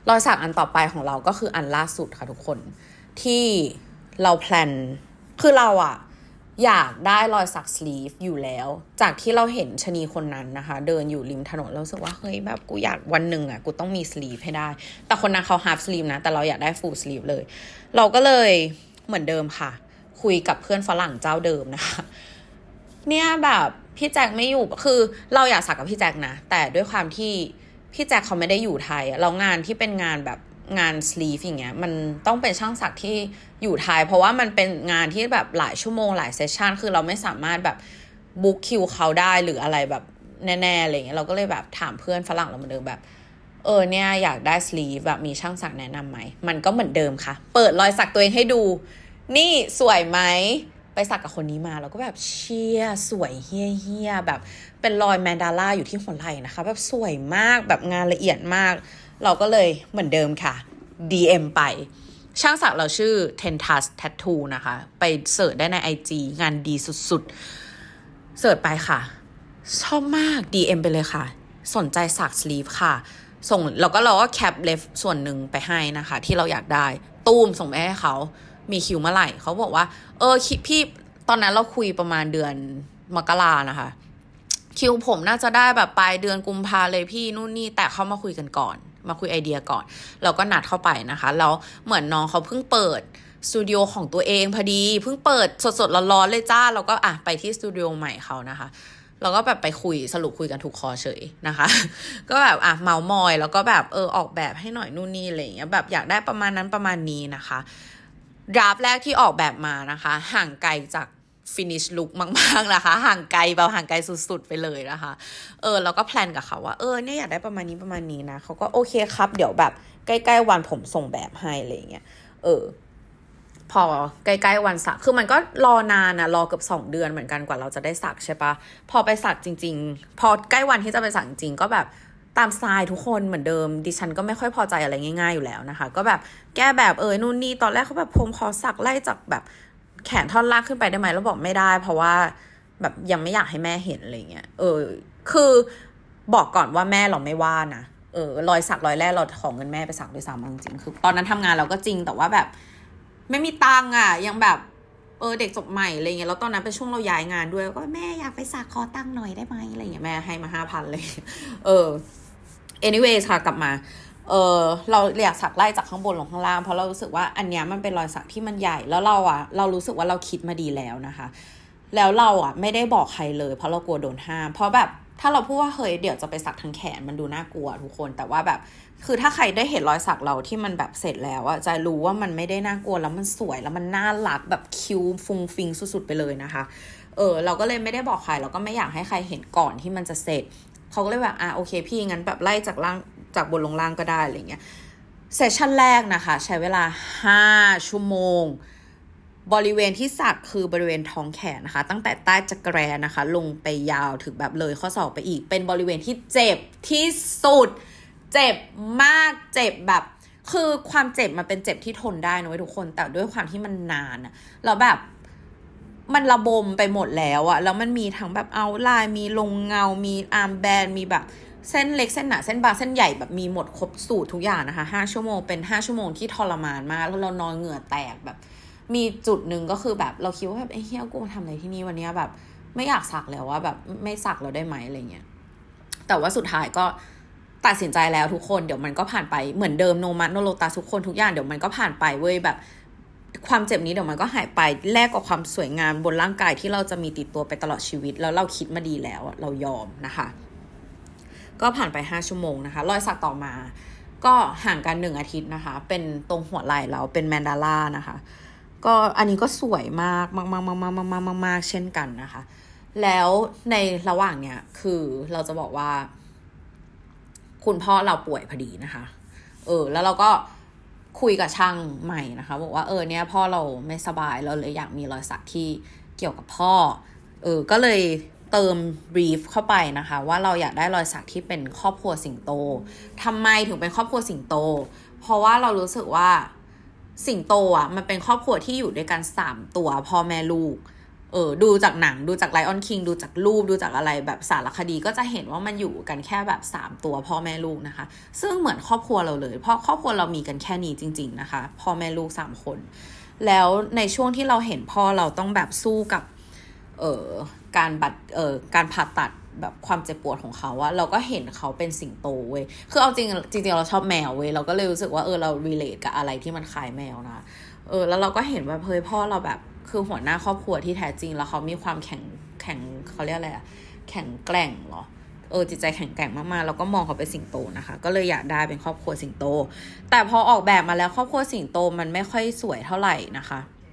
รอยสักอันต่อไปของเราก็คืออันล่าสุดค่ะทุกคนที่เราแพลนคือเราอะอยากได้รอยสักสลีฟอยู่แล้วจากที่เราเห็นชะนีคนนั้นนะคะเดินอยู่ริมถนนเรารู้สึกว่าเฮ้ยแบบกูอยากวันหนึ่งอะกูต้องมีสลีฟให้ได้แต่คนนั้นเขาฮาล์ฟสลีฟนะแต่เราอยากได้ฟูลสลีฟเลยเราก็เลยเหมือนเดิมค่ะคุยกับเพื่อนฝรั่งเจ้าเดิมนะคะเนี่ยแบบพี่แจ็คไม่อยู่คือเราอยากสักกับพี่แจ็คนะแต่ด้วยความที่พี่แจ็คเขาไม่ได้อยู่ไทยเรางานที่เป็นงานแบบงานสลีฟอย่างเงี้ยมันต้องเป็นช่างสักที่อยู่ไทยเพราะว่ามันเป็นงานที่แบบหลายชั่วโมงหลายเซสชันคือเราไม่สามารถแบบบุ๊กคิวเขาได้หรืออะไรแบบแน่ๆอะไรเงี้ยเราก็เลยแบบถามเพื่อนฝรั่งเราเหมือนเดิมแบบเออเนี่ยอยากได้สลีฟแบบมีช่างสักแนะนำไหมมันก็เหมือนเดิมค่ะเปิดรอยสักตัวเองให้ดูนี่สวยไหมไปสักกับคนนี้มาแล้วก็แบบเชี่ยสวยเฮี้ยๆแบบเป็นรอยแมนดาร่าอยู่ที่หัวไหล่นะคะแบบสวยมากแบบงานละเอียดมากเราก็เลยเหมือนเดิมค่ะ ดี เอ็ม ไปช่างสักเราชื่อ Tentas Tattoo นะคะไปเสิร์ชได้ใน ไอ จี งานดีสุดๆเสิร์ชไปค่ะชอบมาก ดี เอ็ม ไปเลยค่ะสนใจสักสลีฟค่ะส่งแล้วก็เราก็แคปเลฟส่วนหนึ่งไปให้นะคะที่เราอยากได้ตูมส่งไปให้เขามีคิวเมื่อไหร่เขาบอกว่าเออพี่ตอนนั้นเราคุยประมาณเดือนมกรานะคะคิวผมน่าจะได้แบบปลายเดือนกุมภาเลยพี่นู่นนี่แต่เขามาคุยกันก่อนมาคุยไอเดียก่อนเราก็นัดเข้าไปนะคะแล้วเหมือนน้องเขาเพิ่งเปิดสตูดิโอของตัวเองพอดีเพิ่งเปิดสดๆร้อนๆเลยจ้าเราก็อ่ะไปที่สตูดิโอใหม่เขานะคะเราก็แบบไปคุยสรุปคุยกันถูกคอเฉยนะคะก็แบบอ่ะเมามอยแล้วก็แบบเออออกแบบให้หน่อยนู่นนี่อะไรอย่างเงี้ยแบบอยากได้ประมาณนั้นประมาณนี้นะคะดราฟแรกที่ออกแบบมานะคะห่างไกลจากfinish look มากๆนะคะห่างไกลแบบห่างไกลสุดๆไปเลยนะคะเออแล้วก็แพลนกับเขาว่าเออเนี่ยอยากได้ประมาณนี้ประมาณนี้นะเขาก็โอเคครับเดี๋ยวแบบใกล้ๆวันผมส่งแบบให้อะไรเงี้ยเออพอใกล้ๆวันสักคือมันก็รอนานนะรอเกือบสองเดือนเหมือนกันกว่าเราจะได้สักใช่ปะพอไปสักจริงๆพอใกล้วันที่จะไปสักจริงๆก็แบบตามสไตล์ทุกคนเหมือนเดิมดิฉันก็ไม่ค่อยพอใจอะไรง่ายๆอยู่แล้วนะคะก็แบบแก้แบบเออนู่นนี่ตอนแรกเขาแบบผมขอสักไล่จากแบบแขนท่อนล่างขึ้นไปได้ไหมแล้วบอกไม่ได้เพราะว่าแบบยังไม่อยากให้แม่เห็นอะไรเงี้ยเออคือบอกก่อนว่าแม่เราไม่ว่านะเออรอยสักรอยแรกเราขอเงินแม่ไปสักด้วยซ้ำจริงๆคือตอนนั้นทำงานเราก็จริงแต่ว่าแบบไม่มีตังค์อ่ะยังแบบเออเด็กจบใหม่อะไรเงี้ยแล้วตอนนั้นเป็นช่วงเราย้ายงานด้วยก็แม่อยากไปสักขอตังค์หน่อยได้ไหมอะไรเงี้ยแม่ให้มาห้าพันเลยเออ anyways ค่ะกลับมาเออเราอยากสักไล่จากข้างบนลงข้างล่างเพราะเรารู้สึกว่าอันเนี้ยมันเป็นรอยสักที่มันใหญ่แล้วเราอ่ะเรารู้สึกว่าเราคิดมาดีแล้วนะคะแล้วเราอ่ะไม่ได้บอกใครเลยเพราะเรากลัวโดนห้ามเพราะแบบถ้าเราพูดว่าเฮ้ยเดี๋ยวจะไปสักทั้งแขนมันดูน่ากลัวทุกคนแต่ว่าแบบคือถ้าใครได้เห็นรอยสักเราที่มันแบบเสร็จแล้วอ่ะจะรู้ว่ามันไม่ได้น่ากลัวแล้วมันสวยแล้วมันน่ารักแบบคิ้วฟุ้งฟิงสุดๆไปเลยนะคะเออเราก็เลยไม่ได้บอกใครแล้วก็ไม่อยากให้ใครเห็นก่อนที่มันจะเสร็จเขาก็เลยแบบอ่ะโอเคพี่งั้นแบบไล่จากล่างจากบนลงล่างก็ได้อะไรเงี้ยเซสชั่นแรกนะคะใช้เวลาห้าชั่วโมงบริเวณที่สักคือบริเวณท้องแขนนะคะตั้งแต่ใต้จักรแร้นะคะลงไปยาวถึงแบบเลยข้อศอกไปอีกเป็นบริเวณที่เจ็บที่สุดเจ็บมากเจ็บแบบคือความเจ็บมันเป็นเจ็บที่ทนได้นะเว้ยทุกคนแต่ด้วยความที่มันนานอะแล้วแบบมันระบมไปหมดแล้วอะแล้วมันมีทั้งแบบเอาลายมีลงเงามีอาร์มแบนมีแบบเส้นเล็กเส้นหนาเส้นบางเส้นใหญ่แบบมีหมดครบสูตรทุกอย่างนะคะห้าชั่วโมงเป็นห้าชั่วโมงที่ทรมานมากแล้วเรานอนเหงื่อแตกแบบมีจุดหนึ่งก็คือแบบเราคิดว่าแบบไอ้เหี้ยกูมาทำอะไรที่นี่วันนี้แบบไม่อยากสักแล้วว่าแบบไม่สักแล้วได้ไหมอะไรเงี้ยแต่ว่าสุดท้ายก็ตัดสินใจแล้วทุกคนเดี๋ยวมันก็ผ่านไปเหมือนเดิมโนมัสโนโลตาทุกคนทุกอย่างเดี๋ยวมันก็ผ่านไปเว้ยแบบความเจ็บนี้เดี๋ยวมันก็หายไปแลกกับความสวยงามบนร่างกายที่เราจะมีติดตัวไปตลอดชีวิตแล้วเราคิดมาดีแล้วเรายอมนะคะก็ผ่านไปห้าชั่วโมงนะคะรอยสักต่อมาก็ห่างกันหนึ่งอาทิตย์นะคะเป็นตรงหัวไหล่เราเป็นแมนดาร่านะคะก็อันนี้ก็สวยมากมากมากมากมากมากมากมากเช่นกันนะคะแล้วในระหว่างเนี้ยคือเราจะบอกว่าคุณพ่อเราป่วยพอดีนะคะเออแล้วเราก็คุยกับช่างใหม่นะคะบอกว่าเออเนี่ยพ่อเราไม่สบายเราเลยอยากมีรอยสักที่เกี่ยวกับพ่อเออก็เลยเติม brief เข้าไปนะคะว่าเราอยากได้รอยสักที่เป็นครอบครัวสิงโตทำไมถึงเป็นครอบครัวสิงโตเพราะว่าเรารู้สึกว่าสิงโตอ่ะมันเป็นครอบครัวที่อยู่ด้วยกันสามตัวพ่อแม่ลูกเออดูจากหนังดูจาก Lion King ดูจากรูปดูจากอะไรแบบสารคดีก็จะเห็นว่ามันอยู่กันแค่แบบสามตัวพ่อแม่ลูกนะคะซึ่งเหมือนครอบครัวเราเลยเพราะครอบครัวเรามีกันแค่นี้จริงๆนะคะพ่อแม่ลูกสามคนแล้วในช่วงที่เราเห็นพ่อเราต้องแบบสู้กับเอ่อการบัดเอ่อการผ่าตัดแบบความเจ็บปวดของเขาอะเราก็เห็นเขาเป็นสิงโตเว้ยคือเอาจริงจริงๆเราชอบแมวเว้ยเราก็เลยรู้สึกว่าเออเรา relate กับอะไรที่มันคล้ายแมวนะเออแล้วเราก็เห็นว่าเฮ้ยพ่อเราแบบคือหัวหน้าครอบครัวที่แท้จริงแล้วเขามีความแข็งแข็งเขาเรียกอะไรอะแข็งแกร่งเหรอเออจิตใจแข็งแกร่งมากๆแล้วก็มองเขาเป็นสิงโตนะคะก็เลยอยากได้เป็นครอบครัวสิงโตแต่พอออกแบบมาแล้วครอบครัวสิงโตมันไม่ค่อยสวยเท่าไหร่นะคะ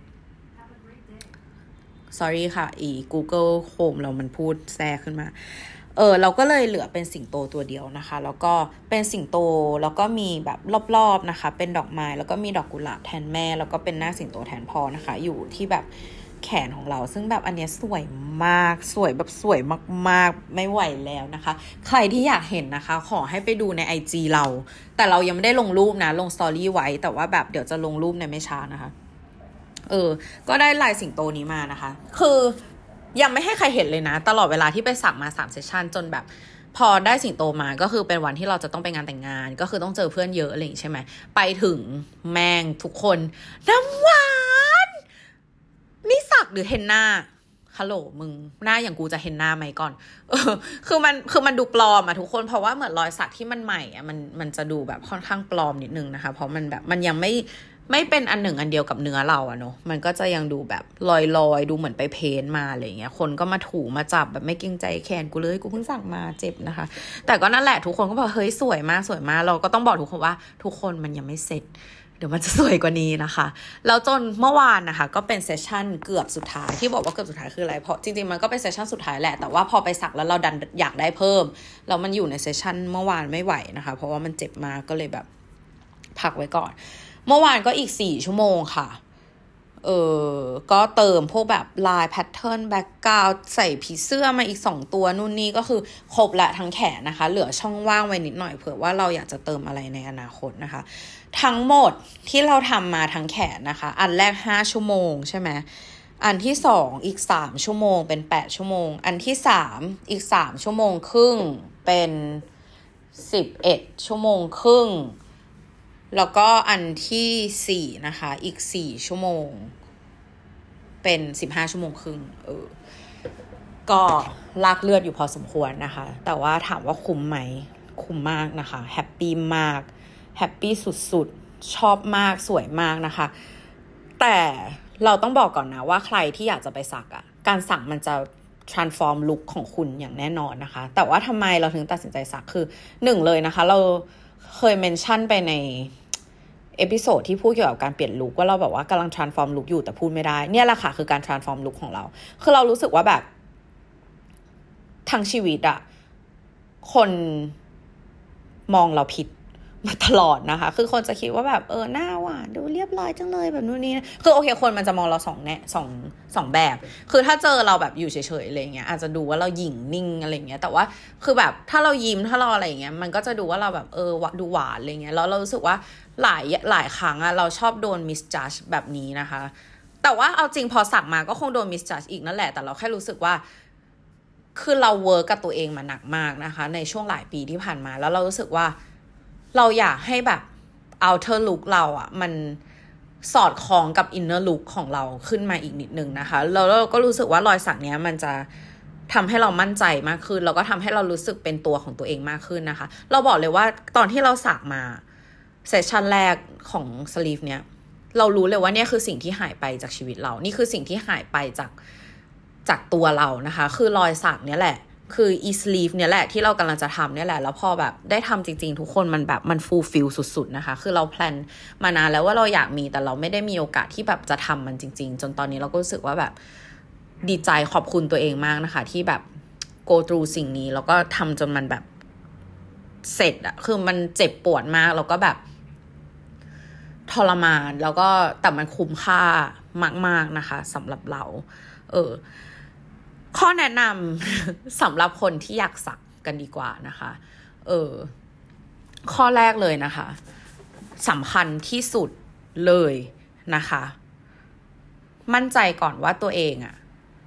sorry ค่ะอี Google Home เรามันพูดแทรกขึ้นมาเออเราก็เลยเหลือเป็นสิงโตตัวเดียวนะคะแล้วก็เป็นสิงโตแล้วก็มีแบบรอบๆนะคะเป็นดอกไม้แล้วก็มีดอกกุหลาบแทนแม่แล้วก็เป็นหน้าสิงโตแทนพ่อนะคะอยู่ที่แบบแขนของเราซึ่งแบบอันเนี้ยสวยมากสวยแบบสวยมากๆไม่ไหวแล้วนะคะใครที่อยากเห็นนะคะขอให้ไปดูใน ไอ จี เราแต่เรายังไม่ได้ลงรูปนะลงสตอรี่ไว้แต่ว่าแบบเดี๋ยวจะลงรูปในไม่ช้านะคะเออก็ได้ลายสิงโตนี้มานะคะคือยังไม่ให้ใครเห็นเลยนะตลอดเวลาที่ไปสักมาสามเซสชันจนแบบพอได้สิงโตมาก็คือเป็นวันที่เราจะต้องไปงานแต่งงานก็คือต้องเจอเพื่อนเยอะอะไรอย่างนี้ใช่ไหมไปถึงแม่งทุกคนน้ำหวานนี่สักหรือเฮนน่าฮัลโหลมึงหน้าอย่างกูจะเฮนน่าไหมก่อนเออคือมันคือมันดูปลอมอะทุกคนเพราะว่าเหมือนรอยสักที่มันใหม่อะมันมันจะดูแบบค่อนข้างปลอมนิดนึงนะคะเพราะมันแบบมันยังไม่ไม่เป็นอันหนึ่งอันเดียวกับเนื้อเราอะเนาะมันก็จะยังดูแบบลอยๆดูเหมือนไปเพ้นมาอะไรเงี้ยคนก็มาถูมาจับแบบไม่เกรงใจแขนกูเลยกูเพิ่งสั่งมาเจ็บนะคะแต่ก็นั่นแหละทุกคนก็บอกเฮ้ยสวยมากสวยมากเราก็ต้องบอกทุกคนว่าทุกคนมันยังไม่เสร็จเดี๋ยวมันจะสวยกว่านี้นะคะแล้วจนเมื่อวานนะคะก็เป็นเซสชั่นเกือบสุดท้ายที่บอกว่าเกือบสุดท้ายคืออะไรเพราะจริงๆมันก็เป็นเซสชั่นสุดท้ายแหละแต่ว่าพอไปสักแล้วเราดันอยากได้เพิ่มแล้วมันอยู่ในเซสชั่นเมื่อวานไม่ไหวนะคะเพราะว่ามันเจ็บมากก็เลยแบบพักไว้ก่อนเมื่อวานก็อีกสี่ชั่วโมงค่ะเออก็เติมพวกแบบลายแพทเทิร์นแบ็คกราวด์ใส่ผีเสื้อมาอีกสองตัวนู่นนี่ก็คือครบละทั้งแขนนะคะเหลือช่องว่างไว้นิดหน่อยเผื่อว่าเราอยากจะเติมอะไรในอนาคตนะคะทั้งหมดที่เราทำมาทั้งแขนนะคะอันแรกห้าชั่วโมงใช่ไหมอันที่สองอีกสามชั่วโมงเป็นแปดชั่วโมงอันที่สามอีกสามชั่วโมงครึ่งเป็นสิบเอ็ดชั่วโมงครึ่งแล้วก็อันที่สี่นะคะอีกสี่ชั่วโมงเป็นสิบห้าชั่วโมงครึ่งเออก็ลากเลือดอยู่พอสมควรนะคะแต่ว่าถามว่าคุ้มไหมคุ้มมากนะคะแฮปปี้มากแฮปปี้สุดๆชอบมากสวยมากนะคะแต่เราต้องบอกก่อนนะว่าใครที่อยากจะไปสักอ่ะการสักมันจะ transform look ของคุณอย่างแน่นอนนะคะแต่ว่าทำไมเราถึงตัดสินใจสักคือหนึ่งเลยนะคะเราเคยเมนชั่นไปในเอพิโซดที่พูดเกี่ยวกับการเปลี่ยนลุคว่าเราแบบว่ากำลัง transform look อยู่แต่พูดไม่ได้เนี่ยแหละค่ะคือการ transform look ของเราคือเรารู้สึกว่าแบบทั้งชีวิตอะคนมองเราผิดมาตลอดนะคะคือคนจะคิดว่าแบบเออหน้าหวานดูเรียบร้อยจังเลยแบบนู้นนี่คือโอเคคนมันจะมองเราสองแน่สองสองแบบคือถ้าเจอเราแบบอยู่เฉยๆอะไรเงี้ยอาจจะดูว่าเราหยิ่งนิ่งอะไรเงี้ยแต่ว่าคือแบบถ้าเรายิ้มถ้าเราอะไรเงี้ยมันก็จะดูว่าเราแบบเออดูหวานอะไรเงี้ยแล้วเรารู้สึกว่าหลายหลายครั้งอะเราชอบโดนมิสจัดแบบนี้นะคะแต่ว่าเอาจริงพอสักมาก็คงโดนมิสจัดอีกนั่นแหละแต่เราแค่รู้สึกว่าคือเราเวิร์กกับตัวเองมาหนักมากนะคะในช่วงหลายปีที่ผ่านมาแล้วเรารู้สึกว่าเราอยากให้แบบ outer look เราอ่ะมันสอดคล้องกับ inner look ของเราขึ้นมาอีกนิดนึงนะคะแล้วเราก็รู้สึกว่ารอยสักเนี้ยมันจะทำให้เรามั่นใจมากขึ้นแล้วก็ทำให้เรารู้สึกเป็นตัวของตัวเองมากขึ้นนะคะเราบอกเลยว่าตอนที่เราสักมาเซสชั่นแรกของสลีฟเนี้ยเรารู้เลยว่าเนี่ยคือสิ่งที่หายไปจากชีวิตเรานี่คือสิ่งที่หายไปจากจากตัวเรานะคะคือรอยสักเนี้ยแหละคือ e-sleeve เนี่ยแหละที่เรากำลังจะทำเนี่ยแหละแล้วพอแบบได้ทำจริงๆทุกคนมันแบบมัน fulfill สุดๆนะคะคือเราแพลนมานานแล้วว่าเราอยากมีแต่เราไม่ได้มีโอกาสที่แบบจะทำมันจริงๆจนตอนนี้เราก็รู้สึกว่าแบบดีใจขอบคุณตัวเองมากนะคะที่แบบ go through สิ่งนี้แล้วก็ทำจนมันแบบเสร็จอะคือมันเจ็บปวดมากแล้วก็แบบทรมานแล้วก็แต่มันคุ้มค่ามากๆนะคะสำหรับเราเออข้อแนะนำสำหรับคนที่อยากสักกันดีกว่านะคะเออข้อแรกเลยนะคะสำคัญที่สุดเลยนะคะมั่นใจก่อนว่าตัวเองอะ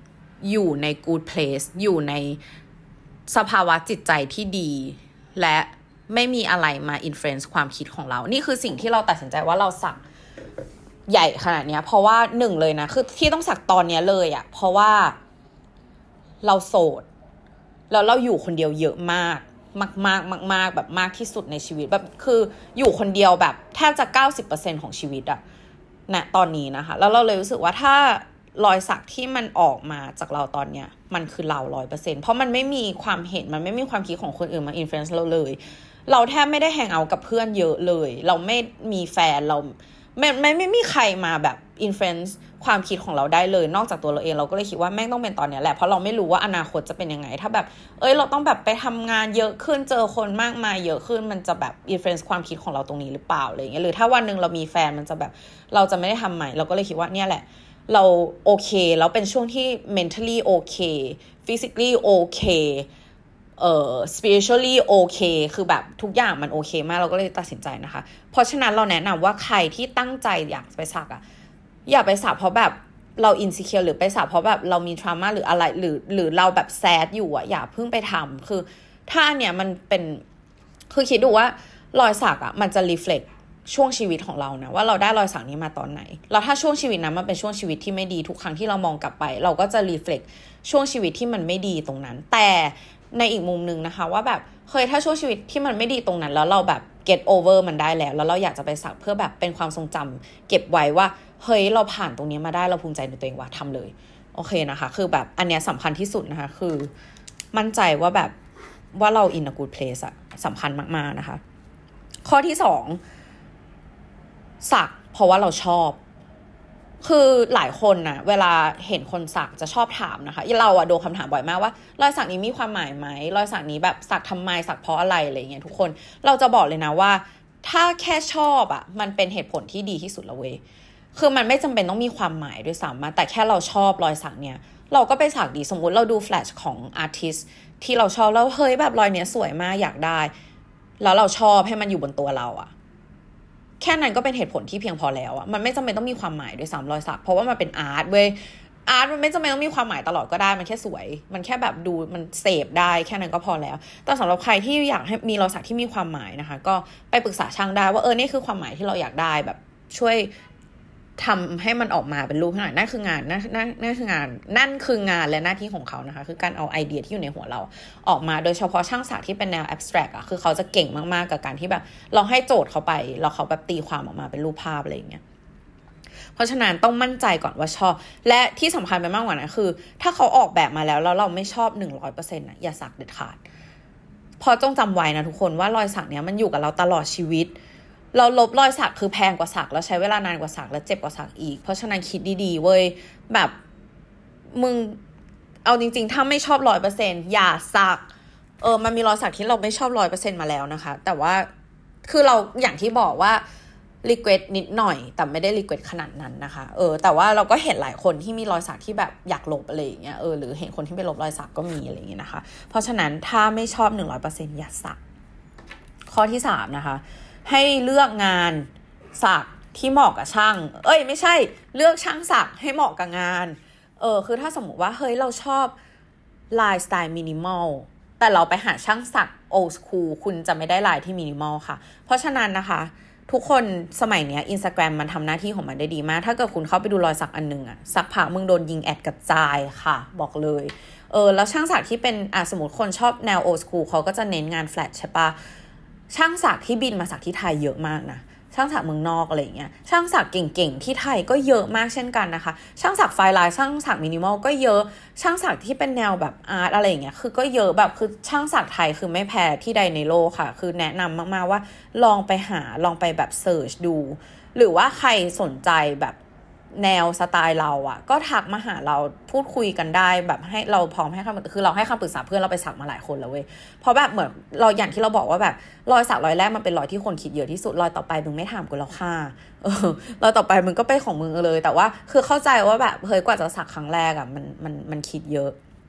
อยู่ใน good place อยู่ในสภาวะจิตใจที่ดีและไม่มีอะไรมา influence ความคิดของเรานี่คือสิ่งที่เราตัดสินใจว่าเราสักใหญ่ขนาดนี้เพราะว่าหนึ่งเลยนะคือที่ต้องสักตอนนี้เลยอะเพราะว่าเราโสดแล้วเราอยู่คนเดียวเยอะมากมากมากมากมากแบบมากที่สุดในชีวิตแบบคืออยู่คนเดียวแบบแทบจะ เก้าสิบเปอร์เซ็นต์ ของชีวิตอะณตอนนี้นะคะแล้วเราเลยรู้สึกว่าถ้ารอยสักที่มันออกมาจากเราตอนเนี้ยมันคือเรา ร้อยเปอร์เซ็นต์ เพราะมันไม่มีความเห็นมันไม่มีความคิดของคนอื่นมา influence เราเลยเราแทบไม่ได้แฮงเอาท์กับเพื่อนเยอะเลยเราไม่มีแฟนเราไม่ไม่ไม่มีใครมาแบบ influence ความคิดของเราได้เลยนอกจากตัวเราเองเราก็เลยคิดว่าแม่งต้องเป็นตอนนี้แหละเพราะเราไม่รู้ว่าอนาคตจะเป็นยังไงถ้าแบบเอ้ยเราต้องแบบไปทำงานเยอะขึ้นเจอคนมากมายเยอะขึ้นมันจะแบบ influence ความคิดของเราตรงนี้หรือเปล่าอะไรอย่างเงี้ยหรือถ้าวันนึงเรามีแฟนมันจะแบบเราจะไม่ได้ทำใหม่เราก็เลยคิดว่าเนี่ยแหละเราโอเคแล้วเป็นช่วงที่ mentally โอเค physically โอเคเอ่อ spiritually โอเคคือแบบทุกอย่างมันโอเคมากเราก็เลยตัดสินใจนะคะเพราะฉะนั้นเราแนะนำว่าใครที่ตั้งใจอยากไปสักอ่ะอย่าไปสักเพราะแบบเรา insecure หรือไปสักเพราะแบบเรามี trauma หรืออะไรหรือหรือเราแบบ sad อยู่อ่ะอย่าเพิ่งไปทำคือถ้าอันเนี้ยมันเป็นคือคิดดูว่ารอยสักอ่ะมันจะ reflectช่วงชีวิตของเรานะว่าเราได้รอยสักนี้มาตอนไหนแล้วถ้าช่วงชีวิตนั้นมันเป็นช่วงชีวิตที่ไม่ดีทุกครั้งที่เรามองกลับไปเราก็จะ reflect ช่วงชีวิตที่มันไม่ดีตรงนั้นแต่ในอีกมุมนึงนะคะว่าแบบเคยถ้าช่วงชีวิตที่มันไม่ดีตรงนั้นแล้วเราแบบ get over มันได้แล้วแล้วเราอยากจะไปสักเพื่อแบบเป็นความทรงจำเก็บไว้ว่าเฮ้ยเราผ่านตรงนี้มาได้เราภูมิใจในตัวเองว่าทำเลยโอเคนะคะคือแบบอันเนี้ยสำคัญที่สุดนะคะคือมั่นใจว่าแบบว่าเรา in a good place อะสำคัญมากๆนะคะข้อที่สองสักเพราะว่าเราชอบคือหลายคนนะเวลาเห็นคนสักจะชอบถามนะคะเราอะโดนคำถามบ่อยมากว่ารอยสักนี้มีความหมายไหมรอยสักนี้แบบสักทำไมสักเพราะอะไรอะไรเงี้ยทุกคนเราจะบอกเลยนะว่าถ้าแค่ชอบอะมันเป็นเหตุผลที่ดีที่สุดแล้วเว้ยคือมันไม่จำเป็นต้องมีความหมายด้วยซ้ำแต่แค่เราชอบรอยสักเนี่ยเราก็ไปสักดีสมมุติเราดูแฟลชของอาร์ติสต์ที่เราชอบแล้วเฮ้ยแบบรอยเนี้ยสวยมากอยากได้แล้วเราชอบให้มันอยู่บนตัวเราอะแค่นั้นก็เป็นเหตุผลที่เพียงพอแล้วอะมันไม่จำเป็นต้องมีความหมายด้วยซ้ำรอยสักเพราะว่ามันเป็นอาร์ตเว้ยอาร์ตมันไม่จำเป็นต้องมีความหมายตลอดก็ได้มันแค่สวยมันแค่แบบดูมันเสพได้แค่นั้นก็พอแล้วแต่สำหรับใครที่อยากให้มีรอยสักที่มีความหมายนะคะก็ไปปรึกษาช่างได้ว่าเออนี่คือความหมายที่เราอยากได้แบบช่วยทำให้มันออกมาเป็นรูปให้หน่อยนั่นคืองานนั่นนั่นนั่นคืองานนั่นคืองานและหน้าที่ของเขานะคะคือการเอาไอเดียที่อยู่ในหัวเราออกมาโดยเฉพาะช่างสักที่เป็นแนว abstract อ่ะคือเขาจะเก่งมากๆกับการที่แบบเราให้โจทย์เขาไปแล้วเขาแบบตีความออกมาเป็นรูปภาพอะไรอย่างเงี้ยเพราะฉะนั้นต้องมั่นใจก่อนว่าชอบและที่สำคัญไปมากกว่านั้นคือถ้าเขาออกแบบมาแล้วแล้วเราไม่ชอบ หนึ่งร้อยเปอร์เซ็นต์ น่ะอย่าสักเด็ดขาดพอจงจำไว้นะทุกคนว่ารอยสักเนี้ยมันอยู่กับเราตลอดชีวิตเราลบรอยสักคือแพงกว่าสักแล้วใช้เวลานานกว่าสักแล้วเจ็บกว่าสักอีกเพราะฉะนั้นคิดดีๆเว้ยแบบมึงเอาจริงๆถ้าไม่ชอบ ร้อยเปอร์เซ็นต์ อย่าสักเออมันมีรอยสักที่เราไม่ชอบ ร้อยเปอร์เซ็นต์ มาแล้วนะคะแต่ว่าคือเราอย่างที่บอกว่ารีเควสนิดหน่อยแต่ไม่ได้รีเควสขนาดนั้นนะคะเออแต่ว่าเราก็เห็นหลายคนที่มีรอยสักที่แบบอยากลบอะไรอย่างเงี้ยเออหรือเห็นคนที่ไม่ลบรอยสักก็มีอะไรอย่างเงี้ยนะคะเพราะฉะนั้นถ้าไม่ชอบ หนึ่งร้อยเปอร์เซ็นต์ อย่าสักข้อที่สามนะคะให้เลือกงานสักที่เหมาะกับช่างเอ้ยไม่ใช่เลือกช่างสักให้เหมาะกับงานเออคือถ้าสมมติว่าเฮ้ยเราชอบลายสไตล์มินิมอลแต่เราไปหาช่างสักโอลด์สคูลคุณจะไม่ได้ลายที่มินิมอลค่ะเพราะฉะนั้นนะคะทุกคนสมัยเนี้ย Instagram มันทำหน้าที่ของมันได้ดีมากถ้าเกิดคุณเข้าไปดูรอยสักอันนึงอะสักพักมึงโดนยิงแอดกระจายค่ะบอกเลยเออแล้วช่างสักที่เป็นอ่ะสมมติคนชอบแนวโอลด์สคูลเขาก็จะเน้นงานแฟลตใช่ปะช่างสักที่บินมาสักที่ไทยเยอะมากนะช่างสักเมืองนอกอะไรอย่างเงี้ยช่างสักเก่งๆที่ไทยก็เยอะมากเช่นกันนะคะช่างสักไฟลายช่างสักมินิมอลก็เยอะช่างสักที่เป็นแนวแบบอาร์ตอะไรอย่างเงี้ยคือก็เยอะแบบคือช่างสักไทยคือไม่แพ้ที่ใดในโลกค่ะคือแนะนำมากๆว่าลองไปหาลองไปแบบเสิร์ชดูหรือว่าใครสนใจแบบแนวสไตล์เราอ่ะก็ทักมาหาเราพูดคุยกันได้แบบให้เราพร้อมให้คำคือเราให้คำปรึกษาเพื่อนเราไปสักมาหลายคนแล้วเว้ยเพราะแบบเหมือนเราอย่างที่เราบอกว่าแบบรอยสักรอยแรกมันเป็นรอยที่คนคิดเยอะที่สุดรอยต่อไปมึงไม่ถามกูแล้วค่ะเออรอยต่อไปมึงก็ไปของมึงเลยแต่ว่าคือเข้าใจว่าแบบเฮ้ยกว่าจะสักครั้งแรกอ่ะมันมันมันคิดเยอะ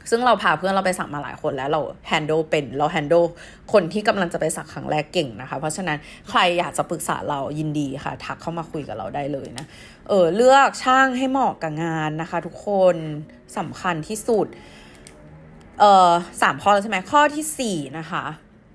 ซึ่งเราพาเพื่อนเราไปสักมาหลายคนแล้วเรา handle เป็นเรา handle คนที่กำลังจะไปสักครั้งแรกเก่งนะคะเพราะฉะนั้นใครอยากจะปรึกษาเรายินดีค่ะทักเข้ามาคุยกับเราได้เลยนะเออเลือกช่างให้เหมาะกับงานนะคะทุกคนสำคัญที่สุดเออสามข้อแล้วใช่ไหมข้อที่สี่นะคะ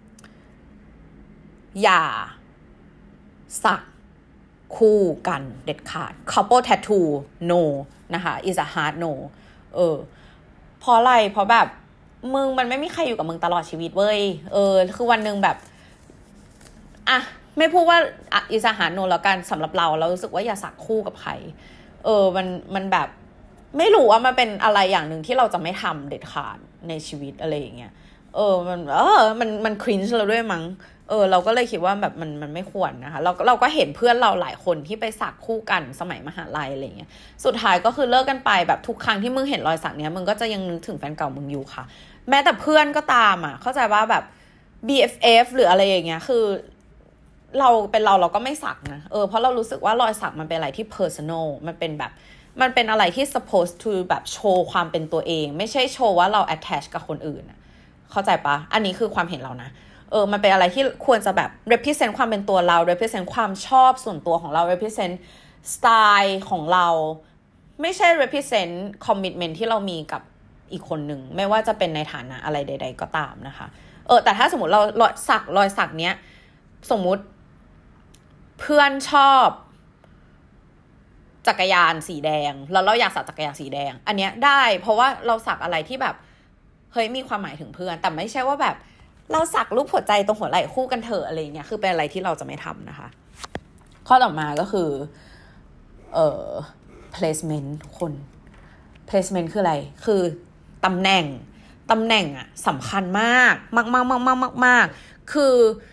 อย่าสักคู่กันเด็ดขาด couple tattoo no นะคะ is a hard no เออเพราะอะไรเพราะแบบมึงมันไม่มีใครอยู่กับมึงตลอดชีวิตเว้ยเออคือวันนึงแบบอ่ะไม่พูดว่าอ่ะ is a hard no แล้วกันสำหรับเราเรารู้สึกว่าอย่าสักคู่กับใครเออมันมันแบบไม่รู้ว่ามันเป็นอะไรอย่างหนึ่งที่เราจะไม่ทำเด็ดขาดในชีวิตอะไรอย่างเงี้ยเออมันเออมันมันครินช์เราด้วยมั้งเออเราก็เลยคิดว่าแบบมันมันไม่ควรนะคะเราเราก็เห็นเพื่อนเราหลายคนที่ไปสักคู่กันสมัยมหาลัยอะไรเงี้ยสุดท้ายก็คือเลิกกันไปแบบทุกครั้งที่มึงเห็นรอยสักเนี้ยมึงก็จะยังนึกถึงแฟนเก่ามึงอยู่ค่ะแม้แต่เพื่อนก็ตามอ่ะเข้าใจว่าแบบ บี เอฟ เอฟ หรืออะไรอย่างเงี้ยคือเราเป็นเราเราก็ไม่สักนะเออเพราะเรารู้สึกว่ารอยสักมันเป็นอะไรที่ personal มันเป็นแบบมันเป็นอะไรที่ supposed to แบบโชว์ความเป็นตัวเองไม่ใช่โชว์ว่าเรา attach กับคนอื่นอ่ะเข้าใจปะอันนี้คือความเห็นเรานะเออมันเป็นอะไรที่ควรจะแบบ represent ความเป็นตัวเรา represent ความชอบส่วนตัวของเรา represent สไตล์ของเราไม่ใช่ represent commitment ที่เรามีกับอีกคนหนึ่งไม่ว่าจะเป็นในฐานะอะไรใดๆก็ตามนะคะเออแต่ถ้าสมมติเรารอยสักรอยสักเนี้ยสมมุติเพื่อนชอบจักรยานสีแดงแล้วเราอยากสักจักรยานสีแดงอันเนี้ยได้เพราะว่าเราสักอะไรที่แบบเฮ้ยมีความหมายถึงเพื่อนแต่ไม่ใช่ว่าแบบเราสักรูปหัวใจตรงหัวไหล่คู่กันเถอะอะไรเงี้ยคือเป็นอะไรที่เราจะไม่ทำนะคะข้อต่อมาก็คือเอ่อ placement คน placement คืออะไรคือตำแหน่งตำแหน่งอะสำคัญมากมากมากมากมากมากมากคือ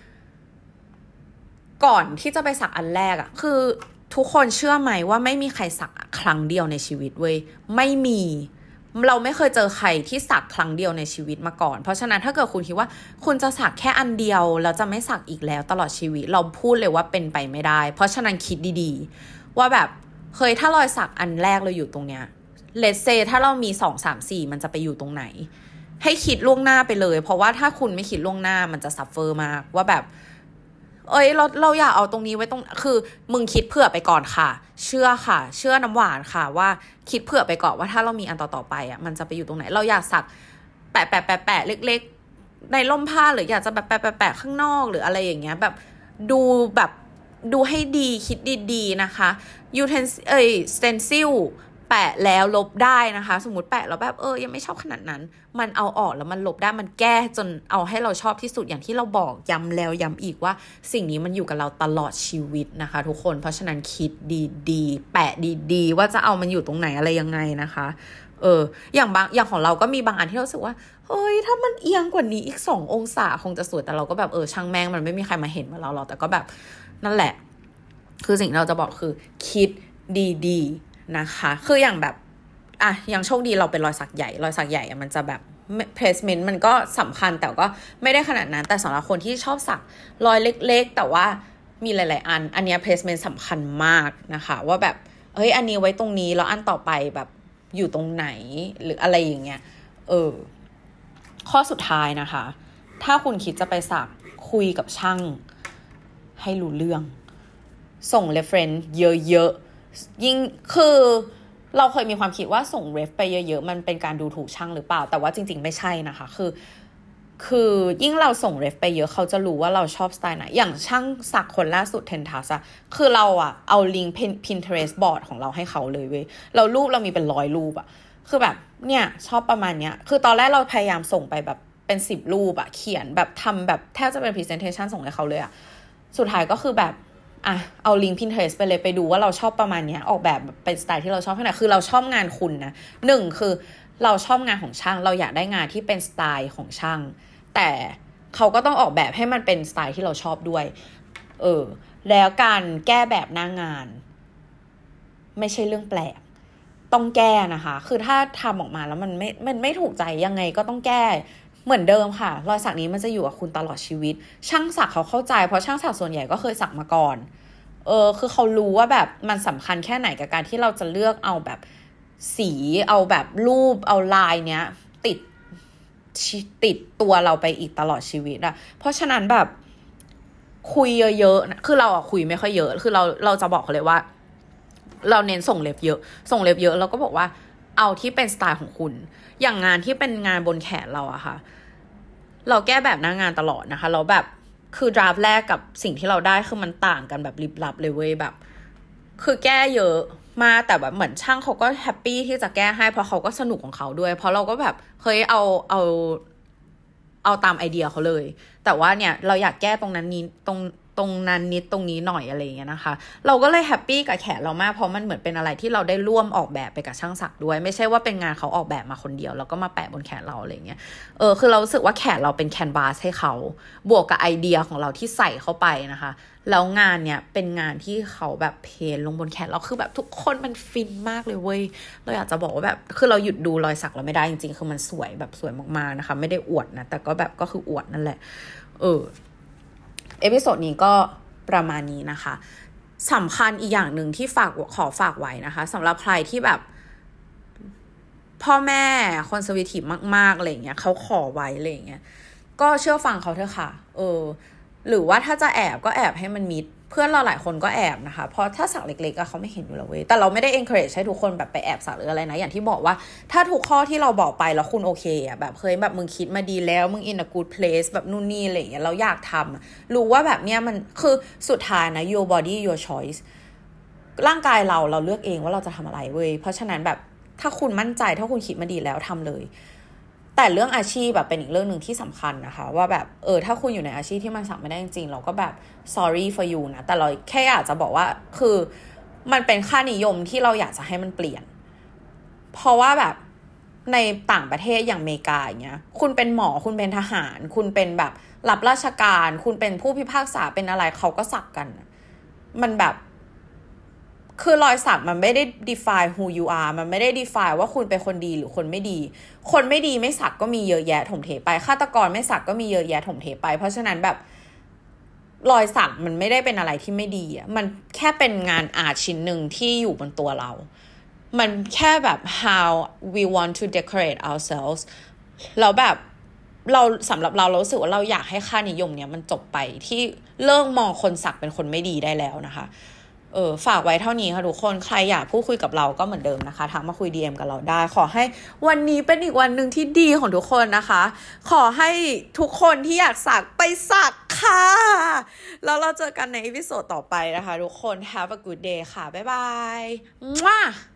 ก่อนที่จะไปสักอันแรกอะคือทุกคนเชื่อไหมว่าไม่มีใครสักครั้งเดียวในชีวิตเว้ยไม่มีเราไม่เคยเจอใครที่สักครั้งเดียวในชีวิตมาก่อนเพราะฉะนั้นถ้าเกิดคุณคิดว่าคุณจะสักแค่อันเดียวแล้วจะไม่สักอีกแล้วตลอดชีวิตเราพูดเลยว่าเป็นไปไม่ได้เพราะฉะนั้นคิดดีๆว่าแบบเฮ้ยถ้ารอยสักอันแรกเราอยู่ตรงเนี้ยเลทเซถ้าเรามีสอง สาม สี่มันจะไปอยู่ตรงไหนให้คิดล่วงหน้าไปเลยเพราะว่าถ้าคุณไม่คิดล่วงหน้ามันจะซัฟเฟอร์มากว่าแบบเอ้ยเราเราอยากเอาตรงนี้ไว้ตรงคือมึงคิดเผื่อไปก่อนค่ะเชื่อค่ะเชื่อน้ำหวานค่ะว่าคิดเผื่อไปก่อนว่าถ้าเรามีอันต่อๆไปอ่ะมันจะไปอยู่ตรงไหนเราอยากสักแปะแปะแปะแปะเล็กๆในร่มผ้าหรืออยากจะแบบแปะแปะแปะข้างนอกหรืออะไรอย่างเงี้ยแบบดูแบบดูให้ดีคิดดีๆนะคะยูเทนเอ้ยสเตนซิลแปะแล้วลบได้นะคะสมมติแปะแล้วแบบเออยังไม่ชอบขนาดนั้นมันเอาออกแล้วมันลบได้มันแก้จนเอาให้เราชอบที่สุดอย่างที่เราบอกย้ำแล้วย้ำอีกว่าสิ่งนี้มันอยู่กับเราตลอดชีวิตนะคะทุกคนเพราะฉะนั้นคิดดีๆแปะดีๆว่าจะเอามันอยู่ตรงไหนอะไรยังไงนะคะเอออย่างบางอย่างของเราก็มีบางอันที่เราสึกว่าเฮ้ยถ้ามันเอียงกว่านี้อีกสององศาคงจะสวยแต่เราก็แบบเออช่างแม่งมันไม่มีใครมาเห็นมาเราหรอกแต่ก็แบบนั่นแหละคือสิ่งที่เราจะบอกคือคิดดีๆนะคะคืออย่างแบบอ่ะอย่างโชคดีเราเป็นรอยสักใหญ่รอยสักใหญ่อะมันจะแบบ placement มันก็สำคัญแต่ก็ไม่ได้ขนาดนั้นแต่สำหรับคนที่ชอบสักรอยเล็กๆแต่ว่ามีหลายๆอันอันนี้ placement สำคัญมากนะคะว่าแบบเฮ้ยอันนี้ไว้ตรงนี้แล้วอันต่อไปแบบอยู่ตรงไหนหรืออะไรอย่างเงี้ยเออข้อสุดท้ายนะคะถ้าคุณคิดจะไปสักคุยกับช่างให้รู้เรื่องส่ง reference เยอะๆยิ่งคือเราเคยมีความคิดว่าส่ง ref ไปเยอะๆมันเป็นการดูถูกช่างหรือเปล่าแต่ว่าจริงๆไม่ใช่นะคะคือคือยิ่งเราส่ง ref ไปเยอะเขาจะรู้ว่าเราชอบสไตล์ไหนอย่างช่างสักคนล่าสุดเทนทัสอะคือเราอะเอาลิงก์ Pinterest board ของเราให้เขาเลยเว้ยเรารูปเรามีเป็นร้อยรูปอะคือแบบเนี่ยชอบประมาณเนี้ยคือตอนแรกเราพยายามส่งไปแบบเป็นสิบรูปอะเขียนแบบทำแบบแทบจะเป็น presentation ส่งให้เขาเลยอะสุดท้ายก็คือแบบอ่ะเอาลิงก์ Pinterest ไปเลยไปดูว่าเราชอบประมาณเนี้ยออกแบบเป็นสไตล์ที่เราชอบแค่ไหนคือเราชอบงานคุณนะหนึ่งคือเราชอบงานของช่างเราอยากได้งานที่เป็นสไตล์ของช่างแต่เขาก็ต้องออกแบบให้มันเป็นสไตล์ที่เราชอบด้วยเออแล้วการแก้แบบหน้างานไม่ใช่เรื่องแปลกต้องแก้นะคะคือถ้าทำออกมาแล้วมันไม่มันไม่ถูกใจยังไงก็ต้องแก้เหมือนเดิมค่ะรอยสักนี้มันจะอยู่กับคุณตลอดชีวิตช่างสักเขาเข้าใจเพราะช่างสักส่วนใหญ่ก็เคยสักมาก่อนเออคือเขารู้ว่าแบบมันสำคัญแค่ไหนกับการที่เราจะเลือกเอาแบบสีเอาแบบรูปเอาลายเนี้ยติดติดตัวเราไปอีกตลอดชีวิตอะเพราะฉะนั้นแบบคุยเยอะๆนะคือเราอะคุยไม่ค่อยเยอะคือเราเราจะบอกเขาเลยว่าเราเน้นส่งเล็บเยอะส่งเล็บเยอะเราก็บอกว่าเอาที่เป็นสไตล์ของคุณอย่างงานที่เป็นงานบนแขนเราอะค่ะเราแก้แบบหน้างานตลอดนะคะเราแบบคือดราฟแรกกับสิ่งที่เราได้คือมันต่างกันแบบลิบลับเลยเว้ยแบบคือแก้เยอะมาแต่แบบเหมือนช่างเขาก็แฮปปี้ที่จะแก้ให้เพราะเขาก็สนุกของเขาด้วยเพราะเราก็แบบเฮ้ยเอาเอาเอาตามไอเดียเขาเลยแต่ว่าเนี่ยเราอยากแก้ตรงนั้นนี้ตรงตรงนั้นนิดตรงนี้หน่อยอะไรอย่างเงี้ยนะคะเราก็เลยแฮปปี้กับแขนเรามากเพราะมันเหมือนเป็นอะไรที่เราได้ร่วมออกแบบไปกับช่างศักดิ์ด้วยไม่ใช่ว่าเป็นงานเขาออกแบบมาคนเดียวแล้วก็มาแปะบนแขนเราอะไรเงี้ยเออคือเรารู้สึกว่าแขนเราเป็นแคนวาสให้เขาบวกกับไอเดียของเราที่ใส่เข้าไปนะคะแล้วงานเนี่ยเป็นงานที่เขาแบบเพนลงบนแขนเราคือแบบทุกคนมันฟินมากเลยเว้ยเราอยากจะบอกว่าแบบคือเราหยุดดูรอยสักเราไม่ได้จริงๆคือมันสวยแบบสวยมากๆนะคะไม่ได้อวดนะแต่ก็แบบก็คืออวดนั่นแหละเออเอพิโซดนี้ก็ประมาณนี้นะคะสำคัญอีกอย่างหนึ่งที่ฝากขอฝากไว้นะคะสำหรับใครที่แบบพ่อแม่คอนเซอร์เวทีฟมากๆอะไรเงี้ยเขาขอไว้อะไรเงี้ยก็เชื่อฟังเขาเถอะค่ะเออหรือว่าถ้าจะแอบก็แอบให้มันมิดเพื่อนเราหลายคนก็แอบนะคะเพราะถ้าสักเล็กๆอะเขาไม่เห็นอยู่แล้วเว้ยแต่เราไม่ได้ encourage ให้ทุกคนแบบไปแอบสักหรืออะไรนะอย่างที่บอกว่าถ้าทุกข้อที่เราบอกไปแล้วคุณโอเคอะแบบเคยแบบมึงคิดมาดีแล้วมึง in a good place แบบนู่นนี่อะไรอย่างเงี้ยเราอยากทำรู้ว่าแบบเนี้ยมันคือสุดท้ายนะ your body your choice ร่างกายเราเราเลือกเองว่าเราจะทำอะไรเว้ยเพราะฉะนั้นแบบถ้าคุณมั่นใจถ้าคุณคิดมาดีแล้วทำเลยแต่เรื่องอาชีพแบบเป็นอีกเรื่องหนึ่งที่สำคัญนะคะว่าแบบเออถ้าคุณอยู่ในอาชีพที่มันสักไม่ได้จริงๆเราก็แบบ sorry for you นะแต่เราแค่อยากจะบอกว่าคือมันเป็นค่านิยมที่เราอยากจะให้มันเปลี่ยนเพราะว่าแบบในต่างประเทศอย่างอเมริกาอย่างเงี้ยคุณเป็นหมอคุณเป็นทหารคุณเป็นแบบรับราชการคุณเป็นผู้พิพากษาเป็นอะไรเขาก็สักกันมันแบบคือรอยสักมันไม่ได้ define who you are มันไม่ได้ define ว่าคุณเป็นคนดีหรือคนไม่ดีคนไม่ดีไม่สักก็มีเยอะแยะถมเทไปฆาตกรไม่สักก็มีเยอะแยะถมเทไปเพราะฉะนั้นแบบรอยสักมันไม่ได้เป็นอะไรที่ไม่ดีอ่ะมันแค่เป็นงานอาร์ตชิ้นหนึ่งที่อยู่บนตัวเรามันแค่แบบ how we want to decorate ourselves แล้วแบบเราสำหรับเราเรารู้สึกว่าเราอยากให้ค่านิยมเนี้ยมันจบไปที่เลิกมองคนสักเป็นคนไม่ดีได้แล้วนะคะเออฝากไว้เท่านี้ค่ะทุกคนใครอยากพูดคุยกับเราก็เหมือนเดิมนะคะทักมาคุย ดี เอ็ม กับเราได้ขอให้วันนี้เป็นอีกวันหนึ่งที่ดีของทุกคนนะคะขอให้ทุกคนที่อยากสักไปสักค่ะแล้วเราเจอกันในอีพิโซดต่อไปนะคะทุกคน have a good day ค่ะบ๊ายบาย